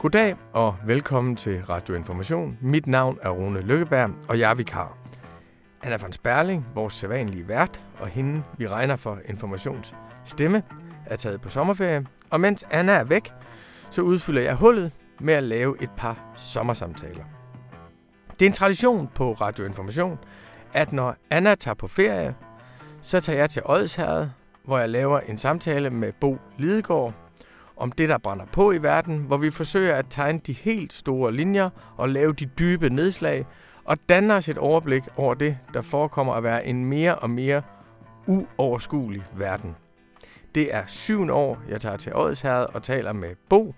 Goddag og velkommen til Radio Information. Mit navn er Rune Lykkeberg, og jeg er vikar. Anna von Sperling, vores sædvanlige vært, og hende, vi regner for Informations stemme, er taget på sommerferie. Og mens Anna er væk, så udfylder jeg hullet med at lave et par sommersamtaler. Det er en tradition på Radio Information, at når Anna tager på ferie, så tager jeg til Odsherred, hvor jeg laver en samtale med Bo Lidegaard om det, der brænder på i verden, hvor vi forsøger at tegne de helt store linjer og lave de dybe nedslag og danne os et overblik over det, der forekommer at være en mere og mere uoverskuelig verden. Det er 7. år, jeg tager til Odsherred og taler med Bo.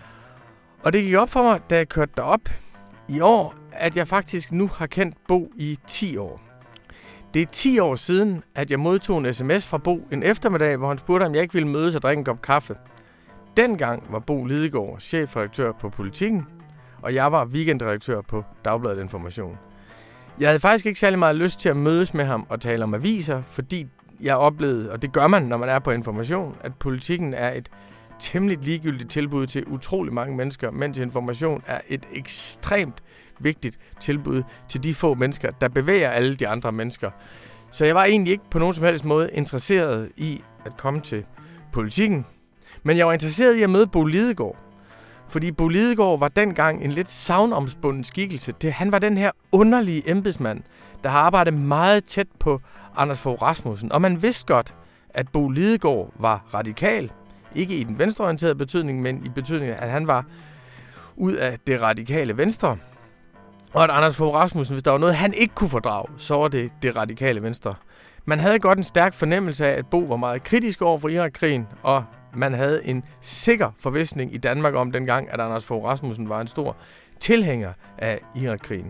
Og det gik op for mig, da jeg kørte derop i år, at jeg faktisk nu har kendt Bo i 10 år. Det er 10 år siden, at jeg modtog en sms fra Bo en eftermiddag, hvor han spurgte, om jeg ikke ville mødes og drikke en kop kaffe. Dengang var Bo Lidegaard chefredaktør på Politiken, og jeg var weekendredaktør på Dagbladet Information. Jeg havde faktisk ikke særlig meget lyst til at mødes med ham og tale om aviser, fordi jeg oplevede, og det gør man, når man er på Information, at Politiken er et temmelig ligegyldigt tilbud til utrolig mange mennesker, mens Information er et ekstremt vigtigt tilbud til de få mennesker, der bevæger alle de andre mennesker. Så jeg var egentlig ikke på nogen som helst måde interesseret i at komme til Politiken, men jeg var interesseret i at møde Bo Lidegaard. Fordi Bo Lidegaard var dengang en lidt sagnomspunden skikkelse. Han var den her underlige embedsmand, der har arbejdet meget tæt på Anders Fogh Rasmussen. Og man vidste godt, at Bo Lidegaard var radikal. Ikke i den venstreorienterede betydning, men i betydningen, at han var ud af det radikale venstre. Og at Anders Fogh Rasmussen, hvis der var noget, han ikke kunne fordrage, så var det radikale venstre. Man havde godt en stærk fornemmelse af, at Bo var meget kritisk over for Irakkrigen, og man havde en sikker forvisning i Danmark om dengang, at Anders Fogh Rasmussen var en stor tilhænger af Irakkrigen.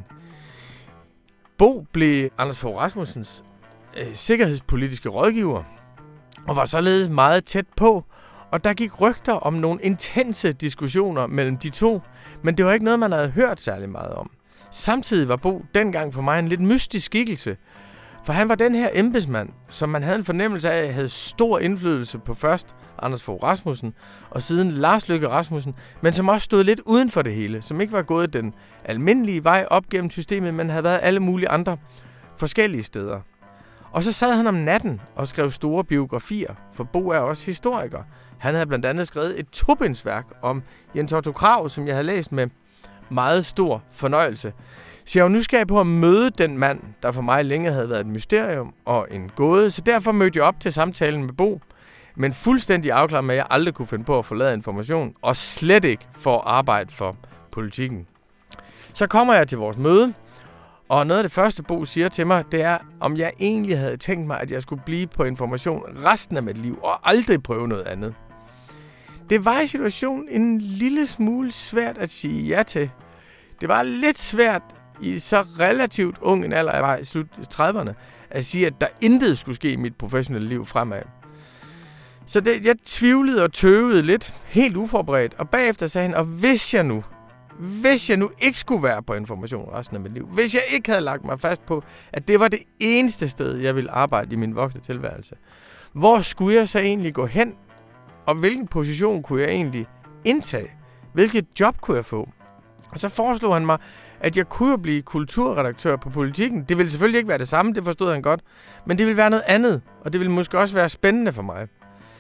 Bo blev Anders Fogh Rasmussens sikkerhedspolitiske rådgiver, og var således meget tæt på, og der gik rygter om nogle intense diskussioner mellem de to, men det var ikke noget, man havde hørt særlig meget om. Samtidig var Bo dengang for mig en lidt mystisk skikkelse, for han var den her embedsmand, som man havde en fornemmelse af, havde stor indflydelse på først Anders Fogh Rasmussen, og siden Lars Løkke Rasmussen, men som også stod lidt uden for det hele, som ikke var gået den almindelige vej op gennem systemet, men havde været alle mulige andre forskellige steder. Og så sad han om natten og skrev store biografier, for Bo er også historiker. Han havde blandt andet skrevet et tobindsværk om Jens Otto Krag, som jeg havde læst med meget stor fornøjelse. Så jeg var nysgerrig på at møde den mand, der for mig længe havde været et mysterium og en gåde, så derfor mødte jeg op til samtalen med Bo, men fuldstændig afklaret med, at jeg aldrig kunne finde på at forlade Information, og slet ikke for at arbejde for Politiken. Så kommer jeg til vores møde, og noget af det første, Bo siger til mig, det er, om jeg egentlig havde tænkt mig, at jeg skulle blive på Information resten af mit liv, og aldrig prøve noget andet. Det var i situationen en lille smule svært at sige ja til. Det var lidt svært i så relativt ung en alder, jeg var i slut 30'erne, at sige, at der intet skulle ske i mit professionelle liv fremad. Så jeg tvivlede og tøvede lidt, helt uforberedt, og bagefter sagde han, og hvis jeg nu ikke skulle være på Information resten af mit liv, hvis jeg ikke havde lagt mig fast på, at det var det eneste sted, jeg ville arbejde i min voksne tilværelse, hvor skulle jeg så egentlig gå hen, og hvilken position kunne jeg egentlig indtage? Hvilket job kunne jeg få? Og så foreslog han mig, at jeg kunne blive kulturredaktør på Politiken. Det ville selvfølgelig ikke være det samme, det forstod han godt, men det ville være noget andet, og det ville måske også være spændende for mig.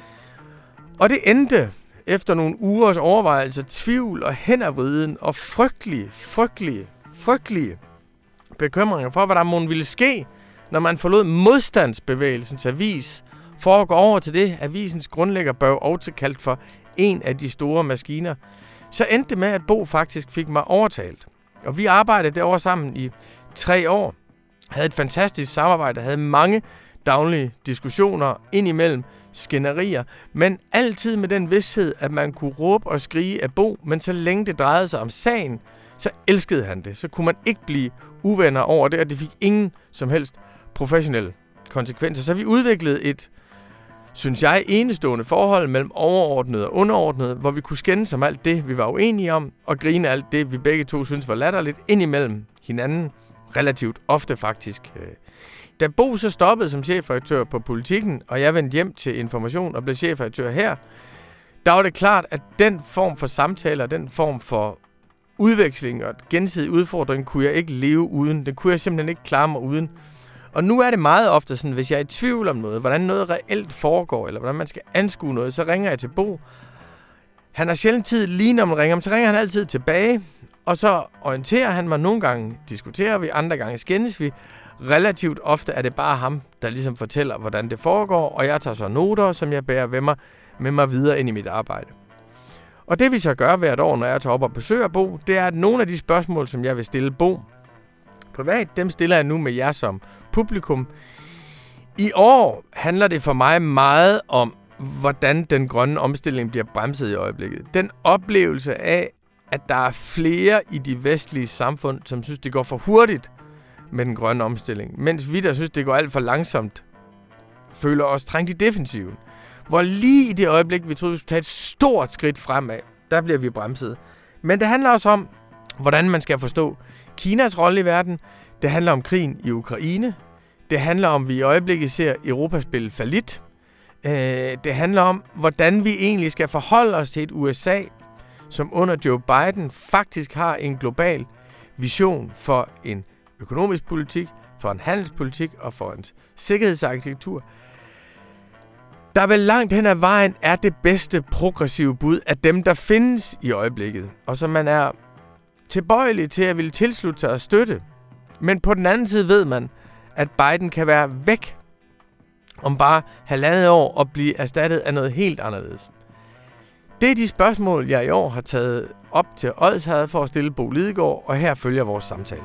Og det endte efter nogle ugers overvejelser, tvivl og hændervriden og frygtelige bekymringer for, hvad der måtte ville ske, når man forlod modstandsbevægelsens avis, for at gå over til det, avisens grundlægger bør også kaldt for en af de store maskiner. Så endte det med, at Bo faktisk fik mig overtalt. Og vi arbejdede derovre sammen i 3 år. Havde et fantastisk samarbejde, havde mange daglige diskussioner indimellem skænderier, men altid med den vidsthed, at man kunne råbe og skrige af Bo, men så længe det drejede sig om sagen, så elskede han det. Så kunne man ikke blive uvenner over det, og det fik ingen som helst professionelle konsekvenser. Så vi udviklede et, synes jeg, enestående forhold mellem overordnet og underordnet, hvor vi kunne skændes om alt det, vi var uenige om, og grine alt det, vi begge to synes var latterligt, indimellem hinanden, relativt ofte faktisk. Da Bo så stoppede som chefredaktør på Politiken, og jeg vendte hjem til Information og blev chefredaktør her, der var det klart, at den form for samtaler, den form for udveksling og gensidig udfordring, kunne jeg ikke leve uden. Den kunne jeg simpelthen ikke klare mig uden. Og nu er det meget ofte sådan, hvis jeg er i tvivl om noget, hvordan noget reelt foregår, eller hvordan man skal anskue noget, så ringer jeg til Bo. Han har sjældent tid lige når man ringer, men så ringer han altid tilbage, og så orienterer han mig. Nogle gange diskuterer vi, andre gange skændes vi. Relativt ofte er det bare ham, der ligesom fortæller, hvordan det foregår, og jeg tager så noter, som jeg bærer med mig videre ind i mit arbejde. Og det vi så gør hvert år, når jeg tager op og besøger Bo, det er, at nogle af de spørgsmål, som jeg vil stille Bo privat, dem stiller jeg nu med jer som publikum. I år handler det for mig meget om, hvordan den grønne omstilling bliver bremset i øjeblikket. Den oplevelse af, at der er flere i de vestlige samfund, som synes, det går for hurtigt med den grønne omstilling, mens vi, der synes, det går alt for langsomt, føler os trængt i defensiven. Hvor lige i det øjeblik, vi troede, vi skulle tage et stort skridt fremad, der bliver vi bremset. Men det handler også om, hvordan man skal forstå Kinas rolle i verden. Det handler om krigen i Ukraine. Det handler om, at vi i øjeblikket ser Europa spille fallit. Det handler om, hvordan vi egentlig skal forholde os til et USA, som under Joe Biden faktisk har en global vision for en økonomisk politik, for en handelspolitik og for en sikkerhedsarkitektur, der vel langt hen ad vejen er det bedste progressive bud af dem, der findes i øjeblikket, og som man er tilbøjelig til at ville tilslutte sig og støtte. Men på den anden side ved man, at Biden kan være væk om bare 1,5 år og blive erstattet af noget helt anderledes. Det er de spørgsmål, jeg i år har taget op til Odsherred for at stille Bo Lidegaard, og her følger vores samtale.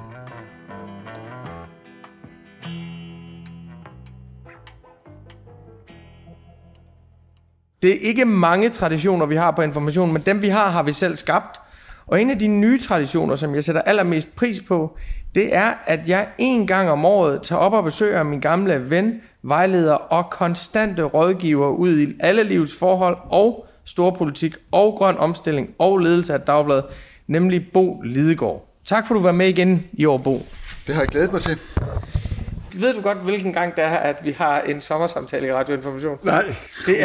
Det er ikke mange traditioner, vi har på Information, men dem vi har vi selv skabt. Og en af de nye traditioner, som jeg sætter allermest pris på, det er, at jeg 1 gang om året tager op og besøger min gamle ven, vejleder og konstante rådgiver ud i alle livets forhold og storpolitik og grøn omstilling og ledelse af Dagbladet, nemlig Bo Lidegaard. Tak for, at du var med igen i år, Bo. Det har jeg glædet mig til. Ved du godt, hvilken gang det er, at vi har en sommersamtale i Radio Information? Nej. Det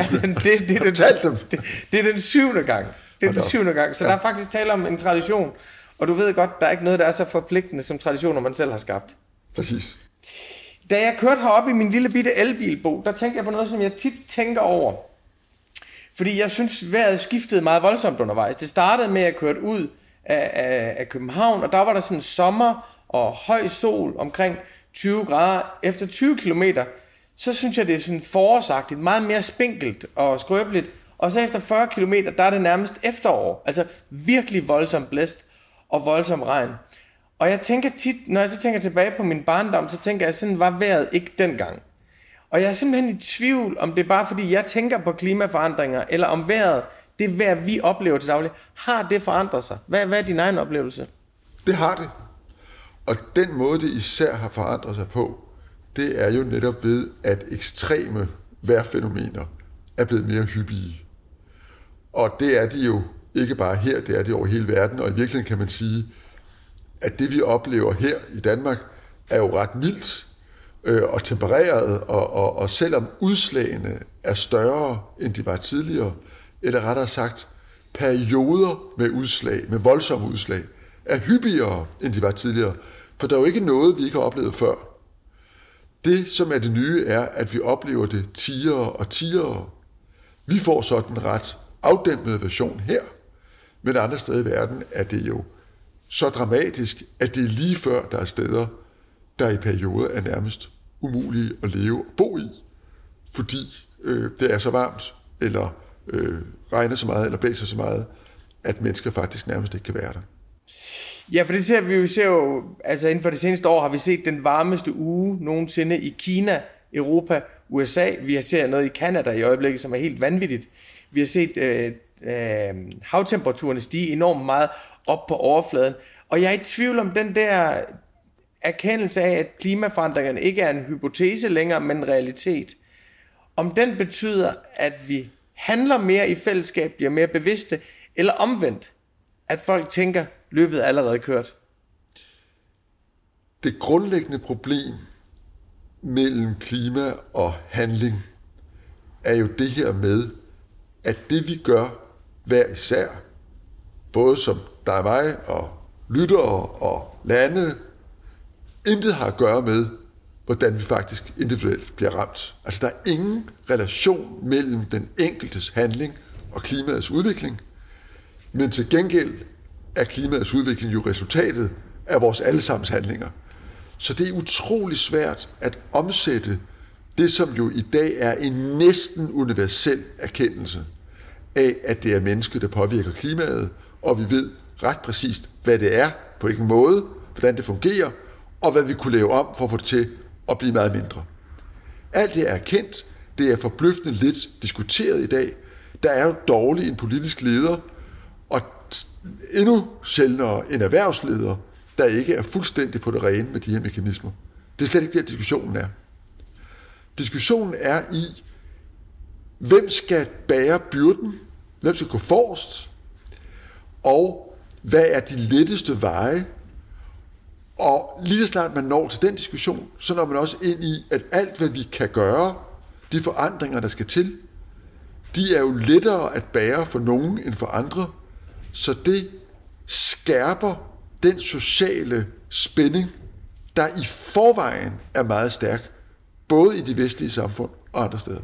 er den 7. gang. Det er den 7. gang, så ja. Der er faktisk tale om en tradition. Og du ved godt, der er ikke noget, der er så forpligtende som traditioner, man selv har skabt. Præcis. Da jeg kørte herop i min lille bitte elbil, Bo, der tænkte jeg på noget, som jeg tit tænker over. Fordi jeg synes, vejret skiftede meget voldsomt undervejs. Det startede med, at jeg kørte ud af København, og der var der sådan sommer og høj sol omkring 20 grader. Efter 20 kilometer, så synes jeg, det er sådan forårsagtigt, meget mere spinkelt og skrøbeligt. Og så efter 40 kilometer, der er det nærmest efterår. Altså virkelig voldsom blæst og voldsom regn. Og jeg tænker tit, når jeg så tænker tilbage på min barndom, så tænker jeg, sådan var vejret ikke dengang. Og jeg er simpelthen i tvivl, om det er bare fordi, jeg tænker på klimaforandringer, eller om vejret, det vejr, vi oplever til daglig, har det forandret sig? Hvad er din egen oplevelse? Det har det. Og den måde, det især har forandret sig på, det er jo netop ved, at ekstreme vejrfænomener er blevet mere hyppige. Og det er de jo ikke bare her, det er det over hele verden, og i virkeligheden kan man sige, at det vi oplever her i Danmark, er jo ret mildt og tempereret, og selvom udslagene er større, end de var tidligere, eller rettere sagt, perioder med udslag, med voldsomme udslag, er hyppigere, end de var tidligere, for der er jo ikke noget, vi ikke har oplevet før. Det, som er det nye, er, at vi oplever det tiere og tiere. Vi får så den ret afdæmpede version her, men andre steder i verden er det jo så dramatisk, at det er lige før, der er steder, der i perioder er nærmest umulige at leve og bo i, fordi det er så varmt, eller regner så meget, eller blæser så meget, at mennesker faktisk nærmest ikke kan være der. Ja, for det ser vi jo, altså inden for det seneste år har vi set den varmeste uge nogensinde i Kina, Europa, USA. Vi har set noget i Canada i øjeblikket, som er helt vanvittigt. Vi har set havtemperaturerne stige enormt meget op på overfladen. Og jeg er i tvivl om den der erkendelse af, at klimaforandringerne ikke er en hypotese længere, men en realitet. Om den betyder, at vi handler mere i fællesskab, bliver mere bevidste, eller omvendt, at folk tænker, løbet er allerede kørt. Det grundlæggende problem mellem klima og handling er jo det her med, at det vi gør hver især, både som der er mig og lyttere og lande, intet har at gøre med, hvordan vi faktisk individuelt bliver ramt. Altså der er ingen relation mellem den enkeltes handling og klimaets udvikling, men til gengæld er klimaets udvikling jo resultatet af vores allesammens handlinger. Så det er utrolig svært at omsætte det, som jo i dag er en næsten universel erkendelse af, at det er mennesket, der påvirker klimaet, og vi ved ret præcist, hvad det er, på hvilken måde, hvordan det fungerer, og hvad vi kunne lave om for at få det til at blive meget mindre. Alt det er erkendt, det er forbløffende lidt diskuteret i dag. Der er jo dårlig en politisk leder, og endnu sjældnere en erhvervsleder, der ikke er fuldstændig på det rene med de her mekanismer. Det er slet ikke der, diskussionen er. Diskussionen er i, hvem skal bære byrden, hvem skal gå forrest, og hvad er de letteste veje. Og lige så snart man når til den diskussion, så når man også ind i, at alt hvad vi kan gøre, de forandringer, der skal til, de er jo lettere at bære for nogen end for andre, så det skærper den sociale spænding, der i forvejen er meget stærk, både i de vestlige samfund og andre steder.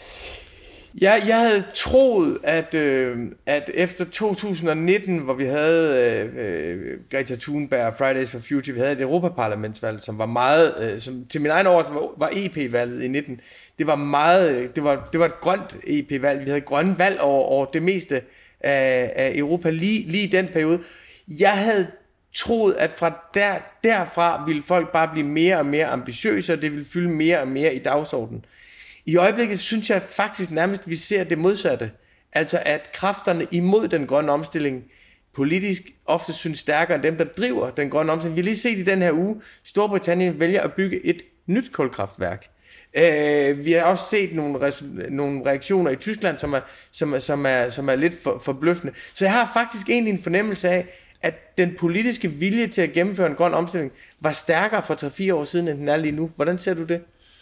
Ja, jeg havde troet, at efter 2019, hvor vi havde Greta Thunberg, Fridays for Future, vi havde et europaparlamentsvalg, som var meget, som til min egen år var EP-valget i 19. Det var et grønt EP-valg. Vi havde grønne valg over det meste af Europa lige i den periode. Jeg havde troet, at fra derfra ville folk bare blive mere og mere ambitiøse, og det ville fylde mere og mere i dagsordenen. I øjeblikket synes jeg faktisk nærmest, vi ser det modsatte. Altså at kræfterne imod den grønne omstilling politisk ofte synes stærkere end dem, der driver den grønne omstilling. Vi har lige set i den her uge, Storbritannien vælger at bygge et nyt kulkraftværk. Vi har også set nogle reaktioner i Tyskland, som er lidt forbløffende. Så jeg har faktisk egentlig en fornemmelse af, at den politiske vilje til at gennemføre en grøn omstilling var stærkere for 3-4 år siden, end den er lige nu. Hvordan ser du det?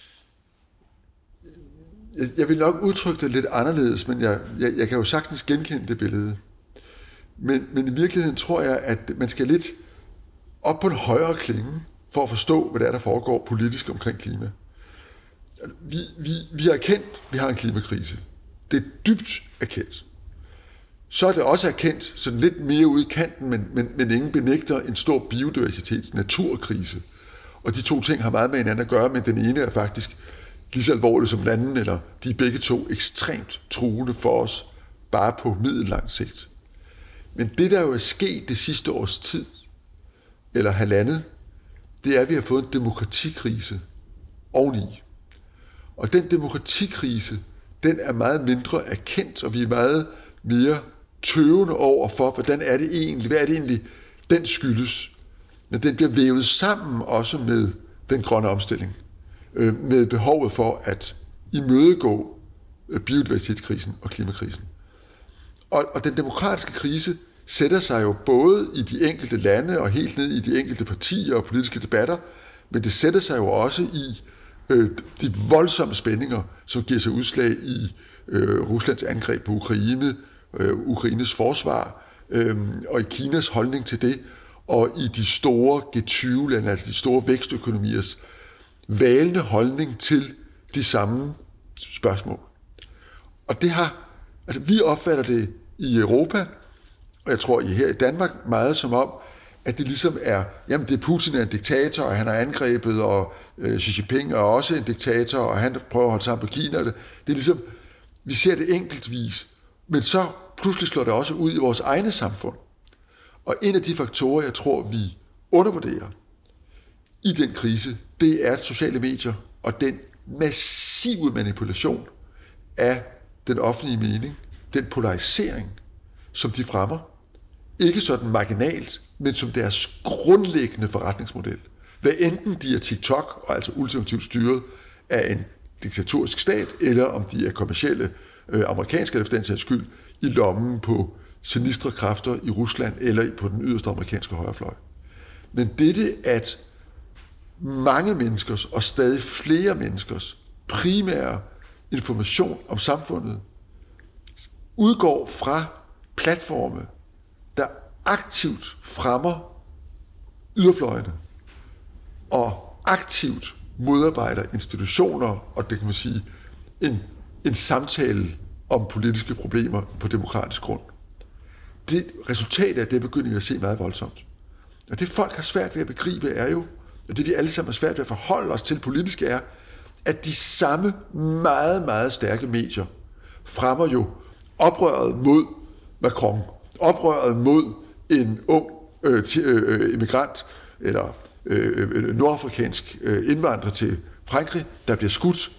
Jeg vil nok udtrykke det lidt anderledes, men jeg kan jo sagtens genkende det billede. Men i virkeligheden tror jeg, at man skal lidt op på en højere klinge, for at forstå, hvad det er, der foregår politisk omkring klima. Vi har erkendt, vi har en klimakrise. Det er dybt erkendt. Så er det også erkendt, sådan lidt mere ude i kanten, men ingen benægter en stor biodiversitets-naturkrise. Og de to ting har meget med hinanden at gøre, men den ene er faktisk lige så alvorligt som den anden, eller de er begge to ekstremt truende for os, bare på middellang sigt. Men det, der jo er sket det sidste års tid, eller halvandet, det er, at vi har fået en demokratikrise oveni. Og den demokratikrise, den er meget mindre erkendt, og vi er meget mere tøvende over for, hvad er det egentlig, den skyldes. Men den bliver vævet sammen også med den grønne omstilling, med behovet for at imødegå biodiversitetskrisen og klimakrisen. Og den demokratiske krise sætter sig jo både i de enkelte lande og helt ned i de enkelte partier og politiske debatter, men det sætter sig jo også i de voldsomme spændinger, som giver sig udslag i Ruslands angreb på Ukraine, Ukraines forsvar, og i Kinas holdning til det, og i de store G20-lande, altså de store vækstøkonomiers valende holdning til de samme spørgsmål. Og det har, altså vi opfatter det i Europa, og jeg tror her i Danmark meget som om, at det ligesom er, jamen det er Putin er en diktator, og han har angrebet, og Xi Jinping er også en diktator, og han prøver at holde sammen på Kina. Det er ligesom, vi ser det enkeltvis, men så pludselig slår det også ud i vores egne samfund. Og en af de faktorer, jeg tror, vi undervurderer i den krise, det er sociale medier og den massive manipulation af den offentlige mening, den polarisering, som de fremmer. Ikke sådan marginalt, men som deres grundlæggende forretningsmodel. Hvad enten de er TikTok, og altså ultimativt styret af en diktatorisk stat, eller om de er kommercielle amerikanske, eller for den sags skyld, i lommen på sinistre kræfter i Rusland, eller på den yderste amerikanske højrefløj. Men dette, at mange menneskers, og stadig flere menneskers, primære information om samfundet, udgår fra platforme, der aktivt fremmer yderfløjene og aktivt modarbejder institutioner, og det kan man sige, en samtale om politiske problemer på demokratisk grund. Det resultat af det begynder vi at se meget voldsomt. Og det folk har svært ved at begribe er jo, og det vi alle sammen har svært ved at forholde os til politisk er, at de samme meget, meget stærke medier fremmer jo oprøret mod Macron, oprøret mod en ung immigrant eller nordafrikansk indvandrer til Frankrig, der bliver skudt.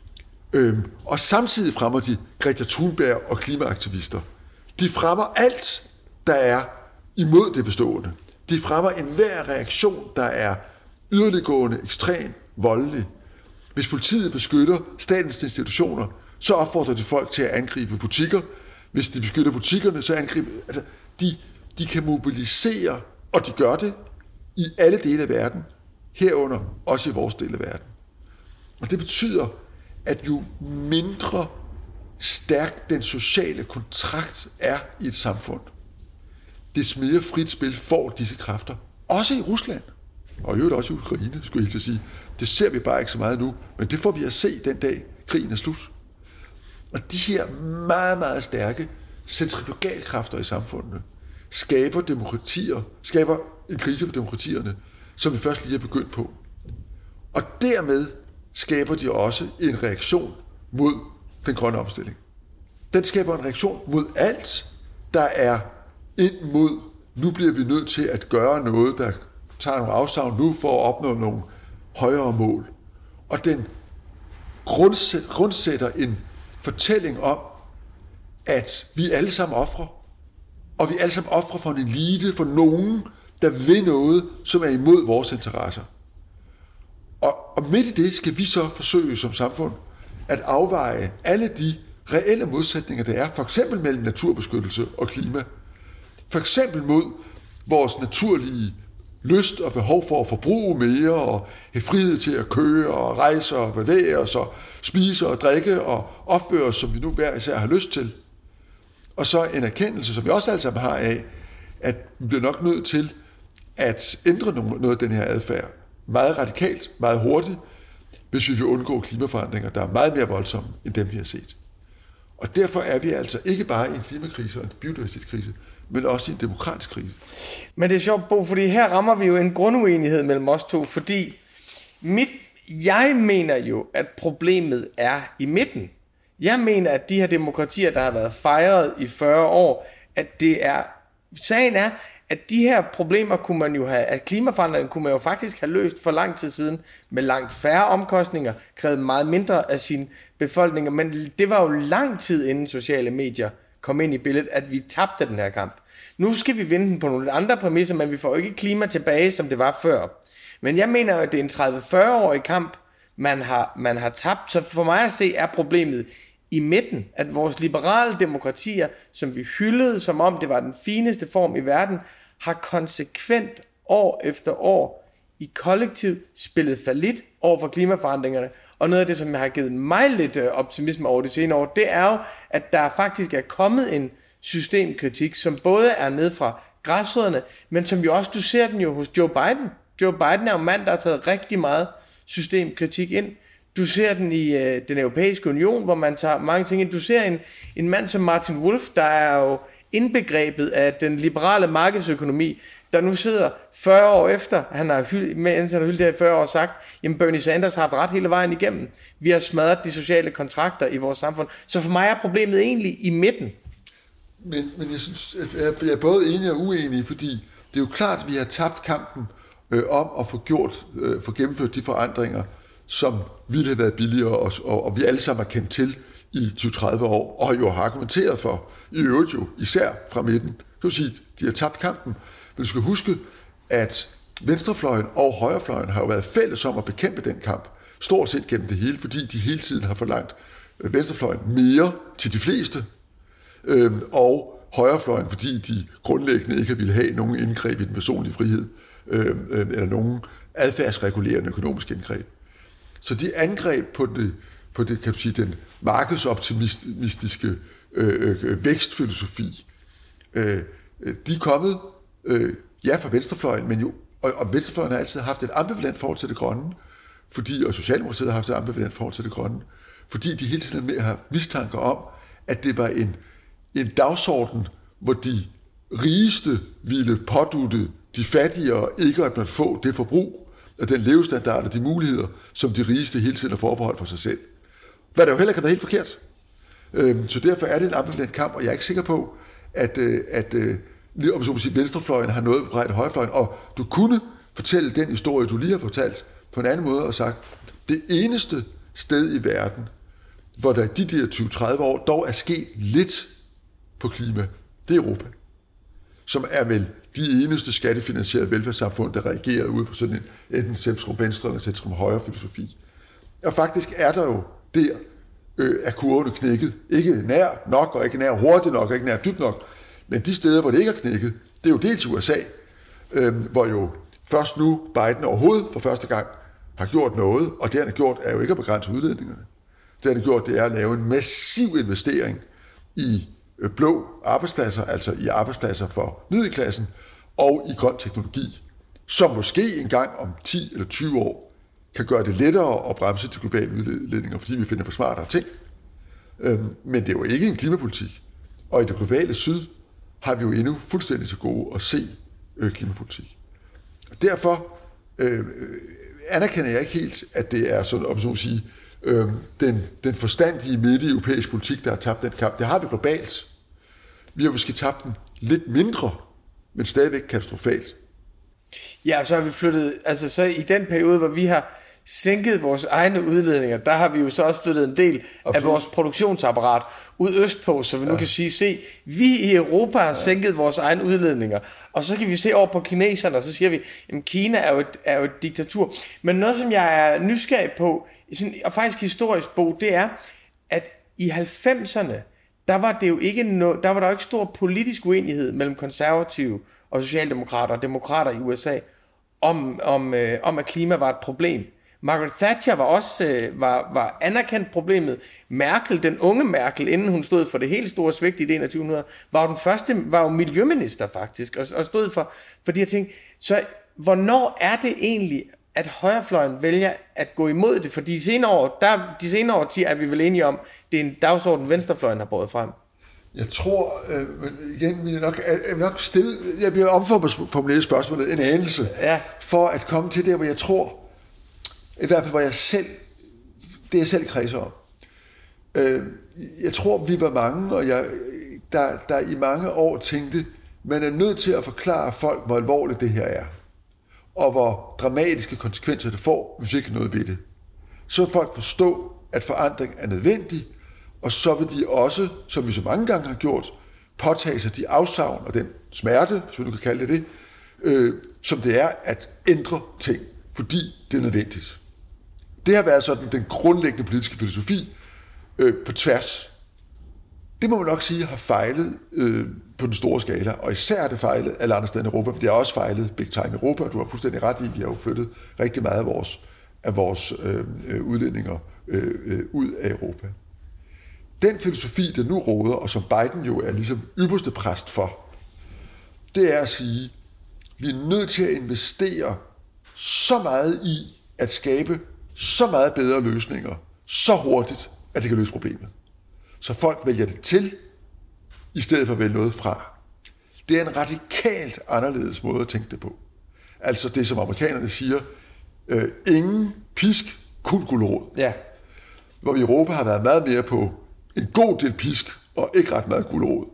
Og samtidig fremmer de Greta Thunberg og klimaaktivister. De fremmer alt, der er imod det bestående. De fremmer enhver reaktion, der er yderliggående, ekstrem, voldelig. Hvis politiet beskytter statens institutioner, så opfordrer de folk til at angribe butikker. Hvis de beskytter butikkerne, så angriber... Altså, de kan mobilisere, og de gør det i alle dele af verden, herunder også i vores del af verden. Og det betyder, at jo mindre stærk den sociale kontrakt er i et samfund, des mere frit spil får disse kræfter. Også i Rusland, og i øvrigt også i Ukraine, skulle jeg helt sige. Det ser vi bare ikke så meget nu, men det får vi at se den dag, krigen er slut. Og de her meget, meget stærke centrifugalkræfter i samfundene skaber en krise for demokratierne, som vi først lige er begyndt på. Og dermed skaber de også en reaktion mod den grønne omstilling. Den skaber en reaktion mod alt, der er ind mod, nu bliver vi nødt til at gøre noget, der tager nogle afsavn nu for at opnå nogle højere mål. Og den grundsætter en fortælling om, at vi alle sammen ofre, og vi alle sammen ofre for en elite, for nogen, der vil noget, som er imod vores interesser. Og midt i det skal vi så forsøge som samfund at afveje alle de reelle modsætninger, der er, for eksempel mellem naturbeskyttelse og klima. For eksempel mod vores naturlige lyst og behov for at forbruge mere og have frihed til at køre og rejse og bevæge os og spise og drikke og opføre os, som vi nu hver især har lyst til. Og så en erkendelse, som vi også alle sammen har af, at vi bliver nok nødt til at ændre noget af den her adfærd meget radikalt, meget hurtigt, hvis vi vil undgå klimaforandringer, der er meget mere voldsomme end dem, vi har set. Og derfor er vi altså ikke bare i en klimakrise og en biodiversitetskrise, men også i en demokratisk krise. Men det er sjovt, Bo, fordi her rammer vi jo en grunduenighed mellem os to, fordi jeg mener jo, at problemet er i midten. Jeg mener, at de her demokratier, der har været fejret i 40 år, at sagen er, at de her problemer kunne man jo have, at klimaforandringen kunne man jo faktisk have løst for lang tid siden, med langt færre omkostninger, krævede meget mindre af sine befolkninger, men det var jo lang tid inden sociale medier kom ind i billedet, at vi tabte den her kamp. Nu skal vi vinde den på nogle andre præmisser, men vi får jo ikke klima tilbage, som det var før. Men jeg mener jo, at det er en 30-40-årig kamp, man har tabt, så for mig at se er problemet i midten, at vores liberale demokratier, som vi hyldede, som om det var den fineste form i verden, har konsekvent år efter år i kollektiv spillet fallit over for klimaforandringerne. Og noget af det, som jeg har givet mig lidt optimisme over de senere år, det er jo, at der faktisk er kommet en systemkritik, som både er ned fra græsrødderne, men som jo også, du ser den jo hos Joe Biden. Joe Biden er jo en mand, der har taget rigtig meget systemkritik ind. Du ser den i den europæiske union, hvor man tager mange ting ind. Du ser en mand som Martin Wolf, der er jo indbegrebet af den liberale markedsøkonomi, der nu sidder 40 år efter, han har hyldet det her i 40 år sagt, jamen Bernie Sanders har haft ret hele vejen igennem. Vi har smadret de sociale kontrakter i vores samfund. Så for mig er problemet egentlig i midten. Men jeg synes, at jeg er både enig og uenig, fordi det er jo klart, at vi har tabt kampen om at få gennemført de forandringer, som ville have været billigere, og vi alle sammen har kendt til i 20-30 år, og jo har argumenteret for, i øvrigt jo, især fra midten. Kan du sige, de har tabt kampen. Men du skal huske, at venstrefløjen og højrefløjen har jo været fælles om at bekæmpe den kamp, stort set gennem det hele, fordi de hele tiden har forlangt venstrefløjen mere til de fleste, og højrefløjen, fordi de grundlæggende ikke ville have nogen indgreb i den personlige frihed, eller nogen adfærdsregulerende økonomiske indgreb. Så de angreb på det kan du sige, den markedsoptimistiske vækstfilosofi, de er kommet, fra venstrefløjen, men jo, og venstrefløjen har altid haft et ambivalent forhold til det grønne, og Socialdemokratiet har haft et ambivalent forhold til det grønne, fordi de hele tiden har mistanker om, at det var en dagsorden, hvor de rigeste ville pådutte de fattigere ikke at man få det forbrug og den levestandard og de muligheder, som de rigeste hele tiden har forbeholdt for sig selv. Hvad der jo heller kan være helt forkert. Så derfor er det en ambivalent kamp, og jeg er ikke sikker på, at om så må sige, venstrefløjen har noget på højrefløjen, og du kunne fortælle den historie, du lige har fortalt, på en anden måde og sagt, det eneste sted i verden, hvor der i de der 20-30 år dog er sket lidt på klima, det er Europa, som er vel de eneste skattefinansierede velfærdssamfund, der reagerer ud fra sådan en enten centrum-venstre eller centrum-højre filosofi. Og faktisk er der jo der, er kurvene knækket. Ikke nær nok, og ikke nær hurtigt nok, og ikke nær dybt nok. Men de steder, hvor det ikke er knækket, det er jo dels USA, hvor jo først nu Biden overhovedet for første gang har gjort noget, og det han har gjort er jo ikke at begrænse udledningerne. Det han har gjort, det er at lave en massiv investering i blå arbejdspladser, altså i arbejdspladser for middelklassen, og i grøn teknologi, som måske engang om 10 eller 20 år kan gøre det lettere at bremse de globale udledninger, fordi vi finder på smartere ting. Men det er jo ikke en klimapolitik. Og i det globale syd har vi jo endnu fuldstændig så gode at se klimapolitik. Og derfor anerkender jeg ikke helt, at det er sådan, om så at sige, den forstandige midt i europæisk politik, der har tabt den kamp. Det har vi globalt. Vi har måske tabt den lidt mindre, men stadigvæk katastrofalt. Ja, så har vi flyttet, altså så i den periode, hvor vi har sænket vores egne udledninger, der har vi jo så også flyttet en del af vores produktionsapparat ud østpå, så vi nu kan sige, vi i Europa har sænket vores egne udledninger, og så kan vi se over på kineserne, og så siger vi, at Kina er jo et diktatur. Men noget, som jeg er nysgerrig på, og faktisk historisk på, det er, at i 90'erne, der var det jo ikke der var der jo ikke stor politisk uenighed mellem konservative og socialdemokrater og demokrater i USA om at klima var et problem. Margaret Thatcher var også var anerkendt problemet. Merkel, den unge Merkel, inden hun stod for det helt store svigt i det 2100, var jo miljøminister faktisk, og stod for de her ting. Så hvornår er det egentlig, at højrefløjen vælger at gå imod det? For de senere årtier er vi vel enige om, det er en dagsorden, venstrefløjen har båret frem. Jeg tror, igen, jeg bliver omformuleret spørgsmålet en anelse, for at komme til der, hvor jeg tror, i hvert fald hvor jeg selv kredser om. Jeg tror, vi var mange, og der i mange år tænkte, man er nødt til at forklare folk, hvor alvorligt det her er, og hvor dramatiske konsekvenser det får, hvis ikke noget ved det. Så vil folk forstå, at forandring er nødvendig, og så vil de også, som vi så mange gange har gjort, påtage sig de afsavn og den smerte, som du kan kalde det, som det er at ændre ting, fordi det er nødvendigt. Det har været sådan den grundlæggende politiske filosofi på tværs. Det må man nok sige har fejlet på den store skala, og især har det fejlet alle andre steder i Europa, men det har også fejlet big time i Europa, og du har fuldstændig ret i, vi har jo flyttet rigtig meget af vores udledninger ud af Europa. Den filosofi, der nu råder, og som Biden jo er ligesom ypperste præst for, det er at sige, vi er nødt til at investere så meget i at skabe så meget bedre løsninger, så hurtigt, at det kan løse problemet. Så folk vælger det til, i stedet for at vælge noget fra. Det er en radikalt anderledes måde at tænke det på. Altså det, som amerikanerne siger, ingen pisk, kun gulerod. Ja. Hvor vi i Europa har været meget mere på en god del pisk, og ikke ret meget gulerod.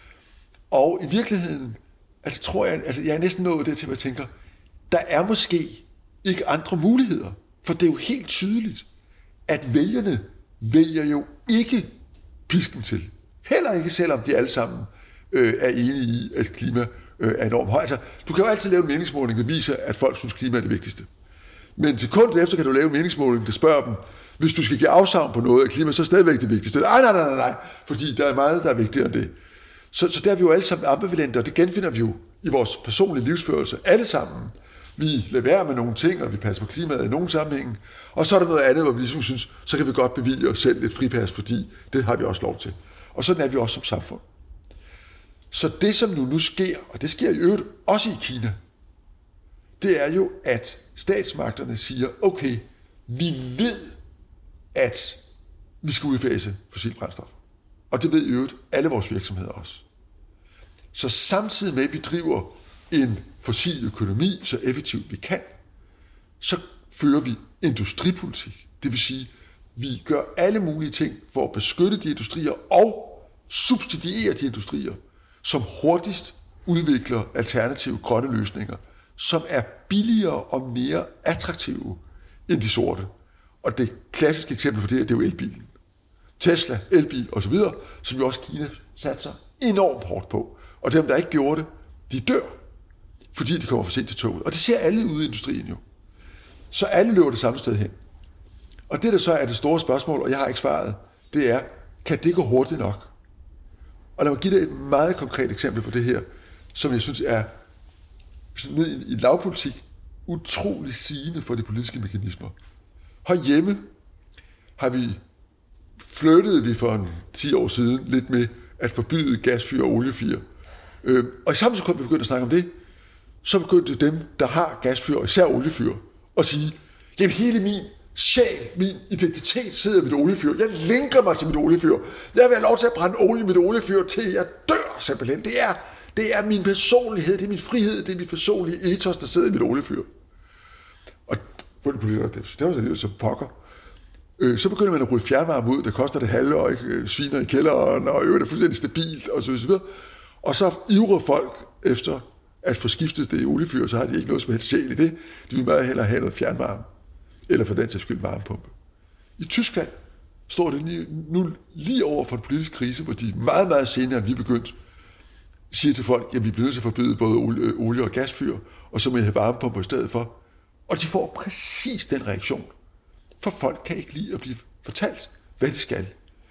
Og i virkeligheden, altså tror jeg, jeg er næsten nået det til, at jeg tænker, der er måske ikke andre muligheder. For det er jo helt tydeligt, at vælgerne vælger jo ikke pisken til. Heller ikke, selvom de alle sammen er enige i, at klima er enormt højt. Altså, du kan jo altid lave en meningsmåling, der viser, at folk synes, klima er det vigtigste. Men sekundet efter kan du lave en meningsmåling, der spørger dem, hvis du skal give afsavn på noget af klima, så er stadigvæk det vigtigste. Nej, fordi der er meget, der er vigtigere end det. Så der er vi jo alle sammen ambivalente, og det genfinder vi jo i vores personlige livsførelse, alle sammen. Vi lader være med nogle ting, og vi passer på klimaet i nogle sammenhænge. Og så er der noget andet, hvor vi ligesom synes, så kan vi godt bevilge os selv lidt fripas, fordi det har vi også lov til. Og sådan er vi også som samfund. Så det, som nu sker, og det sker i øvrigt også i Kina, det er jo, at statsmagterne siger, okay, vi ved, at vi skal udfase fossilt brændstof. Og det ved i øvrigt alle vores virksomheder også. Så samtidig med, at vi driver en fossil økonomi så effektivt vi kan, så fører vi industripolitik. Det vil sige, vi gør alle mulige ting for at beskytte de industrier og subsidiere de industrier, som hurtigst udvikler alternative grønne løsninger, som er billigere og mere attraktive end de sorte. Og det klassiske eksempel på det er jo elbilen. Tesla, elbil osv., som jo også Kina satser enormt hårdt på. Og dem, der ikke gjorde det, de dør, fordi de kommer for sent til toget. Og det ser alle ude i industrien jo. Så alle løber det samme sted hen. Og det, der så er det store spørgsmål, og jeg har ikke svaret, det er, kan det gå hurtigt nok? Og lad mig give dig et meget konkret eksempel på det her, som jeg synes er ned i lavpolitik utrolig sigende for de politiske mekanismer. Herhjemme flyttede vi for 10 år siden lidt med at forbyde gasfyr og oliefyr. Og i samme sekund, vi begyndte at snakke om det, så begyndte dem, der har gasfyr, og især oliefyr, at sige, jamen hele min sjæl, min identitet sidder i mit oliefyr. Jeg linker mig til mit oliefyr. Jeg vil have lov til at brænde olie i mit oliefyr, til jeg dør simpelthen. Det er min personlighed, det er min frihed, det er mit personlige ethos, der sidder i mit oliefyr. Og det var så lidt så pokker. Så begynder man at rulle fjernvarme ud, det koster det halve, og ikke sviner i kælderen, og det er fuldstændig stabilt, og så videre. Og så ivrer folk efter at få skiftet det i oliefyr, så har de ikke noget som helst sjæl i det. De vil meget hellere have noget fjernvarme, eller for den til skyld varmepumpe. I Tyskland står det nu lige over for en politisk krise, hvor de meget, meget senere, end vi begyndte, siger til folk, at vi bliver nødt til at forbyde både olie og gasfyr, og så må I have varmepumper i stedet for. Og de får præcis den reaktion. For folk kan ikke lide at blive fortalt, hvad de skal.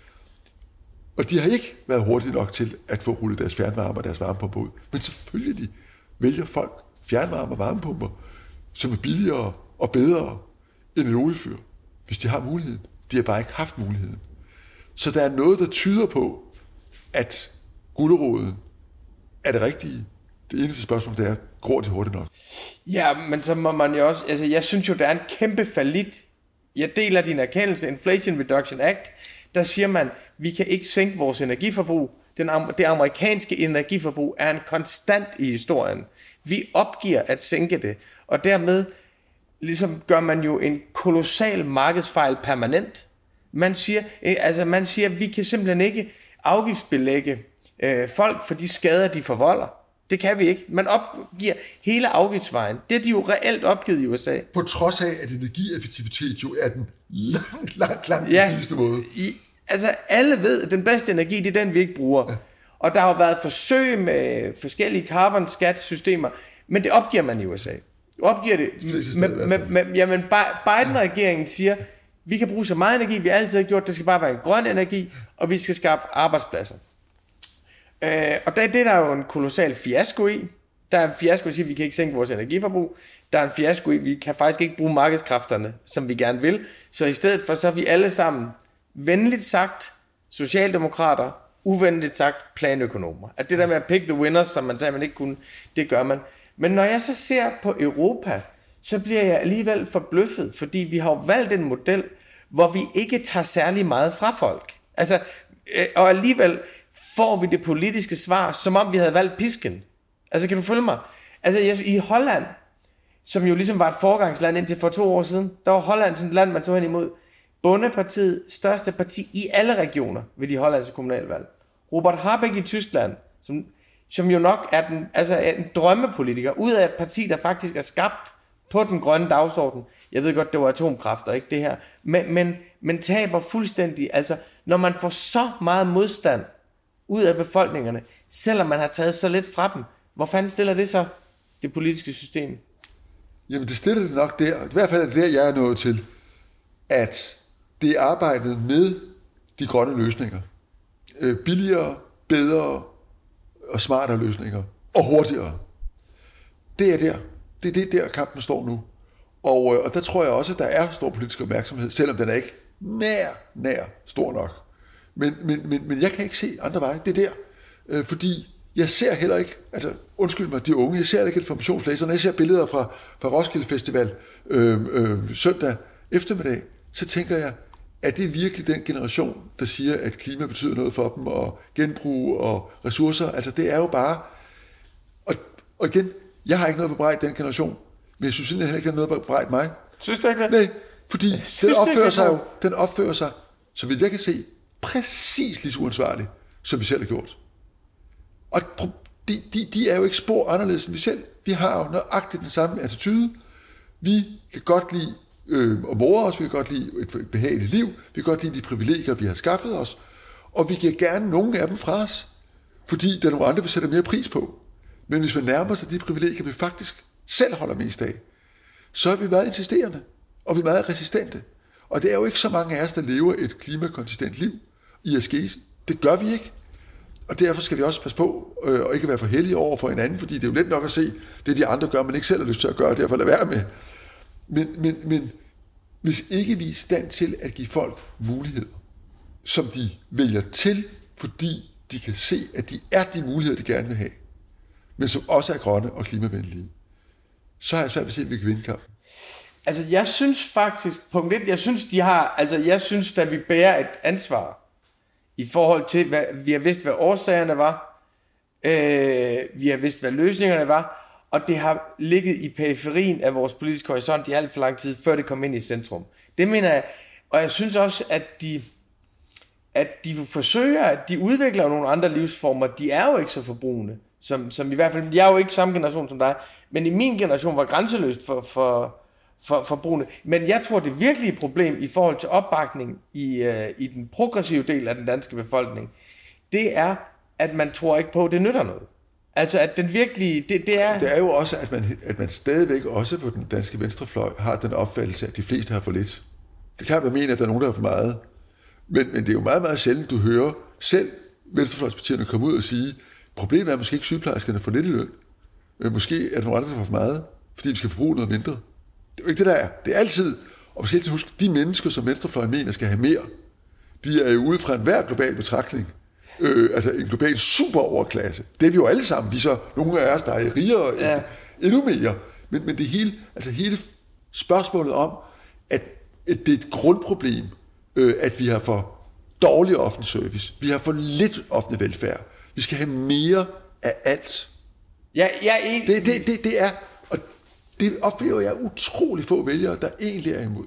Og de har ikke været hurtige nok til at få rullet deres fjernvarme og deres varmepumper ud. Men selvfølgelig vælger folk fjernvarme og varmepumper, som er billigere og bedre end et oliefyr, hvis de har muligheden. De har bare ikke haft muligheden. Så der er noget, der tyder på, at guleroden er det rigtige. Det eneste spørgsmål, det er, gror de hurtigt nok? Ja, men så må man jo også, altså jeg synes jo, der er en kæmpe fallit. Jeg deler din erkendelse, Inflation Reduction Act, der siger man, vi kan ikke sænke vores energiforbrug. Det amerikanske energiforbrug er en konstant i historien. Vi opgiver at sænke det, og dermed ligesom gør man jo en kolossal markedsfejl permanent. Man siger, at vi kan simpelthen ikke afgiftsbelægge folk for de skader, de forvolder. Det kan vi ikke. Man opgiver hele afgiftsvejen. Det er de jo reelt opgivet i USA. På trods af, at energieffektivitet jo er den langt billigste måde. Alle ved, at den bedste energi, det er den, vi ikke bruger. Ja. Og der har jo været forsøg med forskellige carbon-skattesystemer, men det opgiver man i USA. Opgiver det. Jamen, Biden-regeringen siger, vi kan bruge så meget energi, vi altid har gjort, det skal bare være en grøn energi, og vi skal skabe arbejdspladser. Og det er der jo en kolossal fiasko i. Der er en fiasko at sige, at vi kan ikke sænke vores energiforbrug. Der er en fiasko i, at vi kan faktisk ikke bruge markedskræfterne, som vi gerne vil. Så i stedet for, så er vi alle sammen, venligt sagt, socialdemokrater, uvenligt sagt, planøkonomer. At det der med at pick the winners, som man sagde, man ikke kunne, det gør man. Men når jeg så ser på Europa, så bliver jeg alligevel forbløffet, fordi vi har jo valgt en model, hvor vi ikke tager særlig meget fra folk. Altså, og alligevel får vi det politiske svar, som om vi havde valgt pisken. Altså, kan du følge mig? Altså, i Holland, som jo ligesom var et foregangsland indtil for 2 år siden, der var Holland sådan et land, man tog hen imod. Bondepartiet, største parti i alle regioner ved de hollandske kommunalvalg. Robert Habeck i Tyskland, som jo nok er en drømmepolitiker, ud af et parti, der faktisk er skabt på den grønne dagsorden. Jeg ved godt, det var atomkraft og ikke det her. Men taber fuldstændig. Altså, når man får så meget modstand ud af befolkningerne, selvom man har taget så lidt fra dem, hvor fanden stiller det så det politiske system? Jamen, det stiller det nok der. I hvert fald er det der, jeg er nået til, at det er arbejdet med de grønne løsninger. Billigere, bedre og smartere løsninger. Og hurtigere. Det er der. Det er der, kampen står nu. Og der tror jeg også, at der er stor politisk opmærksomhed, selvom den er ikke nær stor nok. Men jeg kan ikke se andre veje. Det er der. Fordi Jeg ser heller ikke, altså undskyld mig, de unge, jeg ser ikke informationslæsere. Når jeg ser billeder fra Roskilde Festival søndag eftermiddag, så tænker jeg, er det virkelig den generation, der siger, at klima betyder noget for dem, og genbrug og ressourcer? Altså det er jo bare, og igen, jeg har ikke noget på bebrejde den generation, men jeg synes heller ikke, der er noget på bebrejde mig. Synes du ikke det? Nej, fordi den opfører sig, så vidt jeg kan se, præcis lige så uansvarligt, som vi selv har gjort. Og de er jo ikke spor anderledes end vi selv. Vi har jo nøjagtigt den samme attitude. Vi kan godt lide at more os, vi kan godt lide et behageligt liv, vi kan godt lide de privilegier, vi har skaffet os, og vi giver gerne nogle af dem fra os, fordi der er nogle andre, vi sætter mere pris på. Men hvis vi nærmer sig de privilegier, vi faktisk selv holder mest af, så er vi meget insisterende, og vi er meget resistente. Og det er jo ikke så mange af os, der lever et klimakonsistent liv i askese. Det gør vi ikke. Og derfor skal vi også passe på, og ikke være for heldige over for hinanden, fordi det er jo let nok at se, det de andre gør, men ikke selv har lyst til at gøre, derfor lad være med. Men hvis ikke vi er i stand til at give folk muligheder, som de vælger til, fordi de kan se, at de er de muligheder, de gerne vil have, men som også er grønne og klimavenlige, så har jeg svært ved at se, at vi kan vinde kampen. Altså, jeg synes faktisk, punkt 1, jeg synes, at vi bærer et ansvar i forhold til, vi har vidst, hvad årsagerne var, vi har vidst, hvad løsningerne var, og det har ligget i periferien af vores politiske horisont i alt for lang tid, før det kom ind i centrum. Det mener jeg, og jeg synes også, at de forsøger, at de udvikler nogle andre livsformer. De er jo ikke så forbrugende, som i hvert fald, jeg er jo ikke samme generation som dig, men i min generation var grænseløst for forbrugende. Men jeg tror, det virkelige problem i forhold til opbakning i den progressive del af den danske befolkning, det er, at man tror ikke på, at det nytter noget. Altså, at den virkelige, det er... Det er jo også, at man stadigvæk også på den danske venstrefløj har den opfattelse, at de fleste har for lidt. Det er klart, man mener, at der er nogen, der har for meget. Men det er jo meget, meget sjældent, du hører selv venstrefløjspartierne komme ud og sige, problemet er måske ikke sygeplejerskerne for lidt i løn. Måske er der nogle andre, der har for meget, fordi vi skal forbruge noget mindre. Det er jo ikke det, der er. Det er altid, og måske altid huske, de mennesker, som venstrefløjen mener skal have mere, de er jo ude fra enhver global betragtning. Altså en global superoverklasse. Det er vi jo alle sammen. Vi så nogle af os, der er rigere endnu mere. Men det hele, altså hele spørgsmålet om, at det er et grundproblem, at vi har for dårlig offentlig service. Vi har for lidt offentlig velfærd. Vi skal have mere af alt. Ja, det er, og det oplever jeg utrolig få vælgere, der egentlig er imod.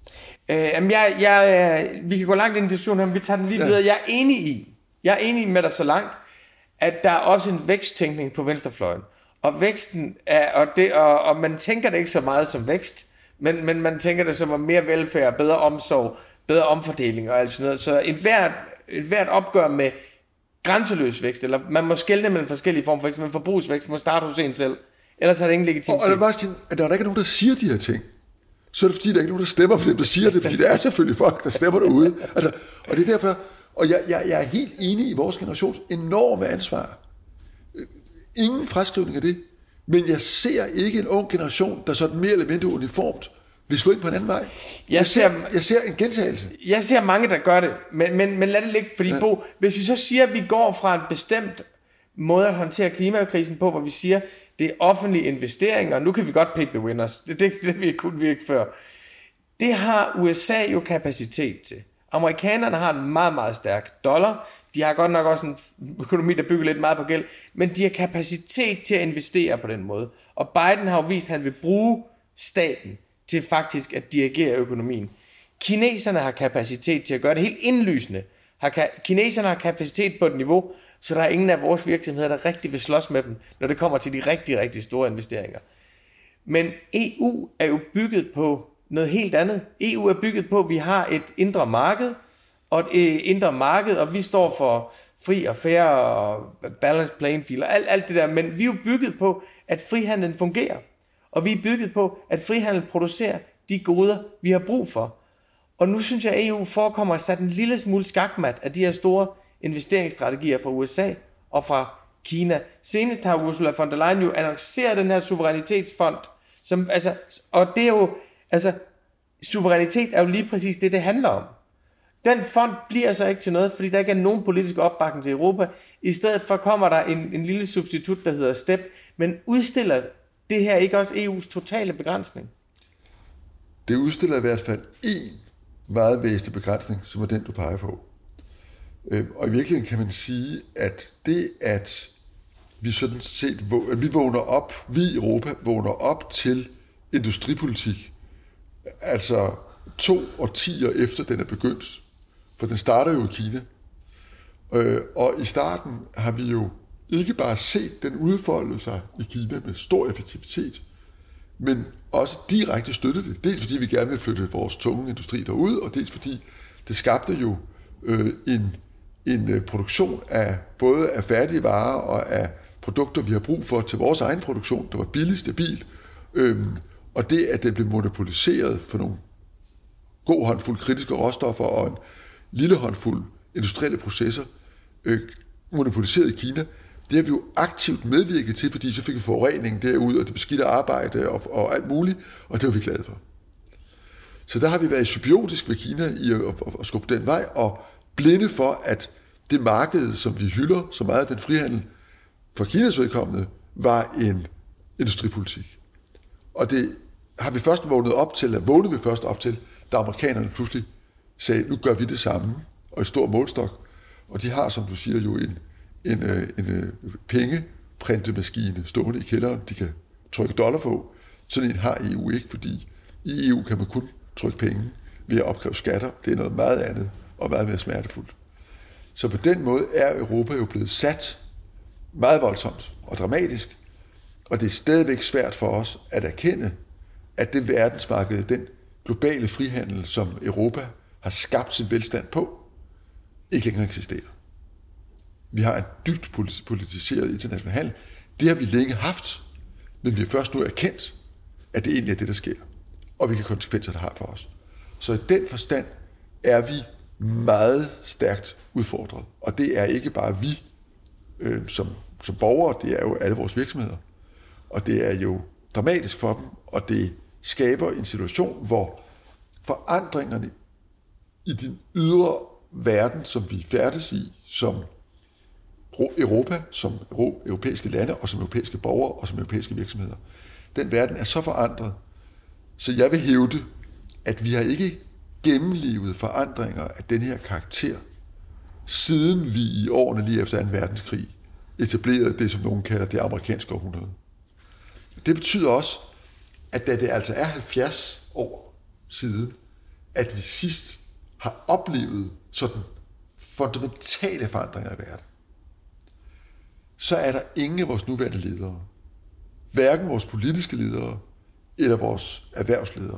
Vi kan gå langt ind i diskussionen, men vi tager den lige videre. Jeg er enig med dig så langt, at der er også en væksttænkning på venstrefløjen. Og væksten er, og man tænker det ikke så meget som vækst, men man tænker det som mere velfærd, bedre omsorg, bedre omfordeling og alt sådan noget. Så et hvert opgør med grænseløs vækst, eller man må skelne mellem forskellige former for vækst, men forbrugsvækst må starte hos en selv. Ellers er det ingen legitimitet. Og der er ikke nogen, der siger de her ting, så er det fordi, der er ikke nogen, der stemmer for dem, der siger det, fordi der er selvfølgelig folk, der stemmer derude. Altså, og det er derfor, og jeg er helt enig i vores generations enorme ansvar. Ingen fremskrivning af det, men jeg ser ikke en ung generation, der sådan mere eller mindre uniformt vil slå ind på en anden vej. Jeg ser en gentagelse. Jeg ser mange, der gør det, men lad det ligge, fordi hvis vi så siger, at vi går fra en bestemt måde at håndtere klimakrisen på, hvor vi siger, det er offentlige investeringer, nu kan vi godt pick the winners, det kunne vi ikke før. Det har USA jo kapacitet til. Amerikanerne har en meget, meget stærk dollar. De har godt nok også en økonomi, der bygger lidt meget på gæld, men de har kapacitet til at investere på den måde. Og Biden har jo vist, at han vil bruge staten til faktisk at dirigere økonomien. Kineserne har kapacitet til at gøre det helt indlysende. Kineserne har kapacitet på et niveau, så der er ingen af vores virksomheder, der rigtig vil slås med dem, når det kommer til de rigtig, rigtig store investeringer. Men EU er jo bygget på noget helt andet. EU er bygget på, at vi har et indre marked, og vi står for fri og fair og balanced playing field og alt det der, men vi er jo bygget på, at frihandlen fungerer. Og vi er bygget på, at frihandel producerer de goder, vi har brug for. Og nu synes jeg, at EU forekommer sat en lille smule skakmat af de her store investeringsstrategier fra USA og fra Kina. Senest har Ursula von der Leyen jo annonceret den her suverænitetsfond, som, og det er jo, suverænitet er jo lige præcis det handler om. Den fond bliver så ikke til noget, fordi der ikke er nogen politisk opbakning til Europa. I stedet for kommer der en lille substitut, der hedder STEP. Men udstiller det her ikke også EU's totale begrænsning? Det udstiller i hvert fald en meget væsentlig begrænsning, som er den, du peger på. Og i virkeligheden kan man sige, at det, at vi sådan set, vi i Europa vågner op til industripolitik, altså 2 årtier efter den er begyndt, for den starter jo i Kina. Og i starten har vi jo ikke bare set den udfolde sig i Kina med stor effektivitet, men også direkte støttet det. Dels fordi vi gerne vil flytte vores tunge industri derud, og dels fordi det skabte jo en produktion af både af færdige varer og af produkter, vi har brug for til vores egen produktion, der var billig, stabil, og det, at det blev monopoliseret for nogle god håndfuld kritiske råstoffer og en lille håndfuld industrielle processer, monopoliseret i Kina, det har vi jo aktivt medvirket til, fordi så fik vi forurening derude, og det beskidte arbejde og alt muligt, og det var vi glade for. Så der har vi været symbiotisk med Kina i at skubbe den vej, og blinde for, at det marked, som vi hylder så meget, den frihandel, for Kinas vedkommende, var en industripolitik. Og det har vi først vågnede vi først op til, da amerikanerne pludselig sagde, nu gør vi det samme, og i stor målstok. Og de har, som du siger, jo en pengeprintemaskine stående i kælderen, de kan trykke dollar på. Sådan en har EU ikke, fordi i EU kan man kun trykke penge ved at opkræve skatter. Det er noget meget andet og meget mere smertefuldt. Så på den måde er Europa jo blevet sat meget voldsomt og dramatisk, og det er stadigvæk svært for os at erkende, at det verdensmarked, den globale frihandel, som Europa har skabt sin velstand på, ikke længere eksisterer. Vi har en dybt politiseret international handel. Det har vi længe haft, men vi har først nu erkendt, at det egentlig er det, der sker, og hvilke konsekvenser det har for os. Så i den forstand er vi meget stærkt udfordret, og det er ikke bare vi som borgere, det er jo alle vores virksomheder, og det er jo dramatisk for dem, og det skaber en situation, hvor forandringerne i den ydre verden, som vi færdes i, som Europa, som europæiske lande, og som europæiske borgere, og som europæiske virksomheder, den verden er så forandret, så jeg vil hævde, at vi har ikke gennemlevet forandringer af den her karakter, siden vi i årene lige efter 2. verdenskrig etablerede det, som nogen kalder det amerikanske århundrede. Det betyder også, at da det altså er 70 år siden, at vi sidst har oplevet sådan fundamentale forandringer i verden, så er der ingen af vores nuværende ledere, hverken vores politiske ledere eller vores erhvervsledere,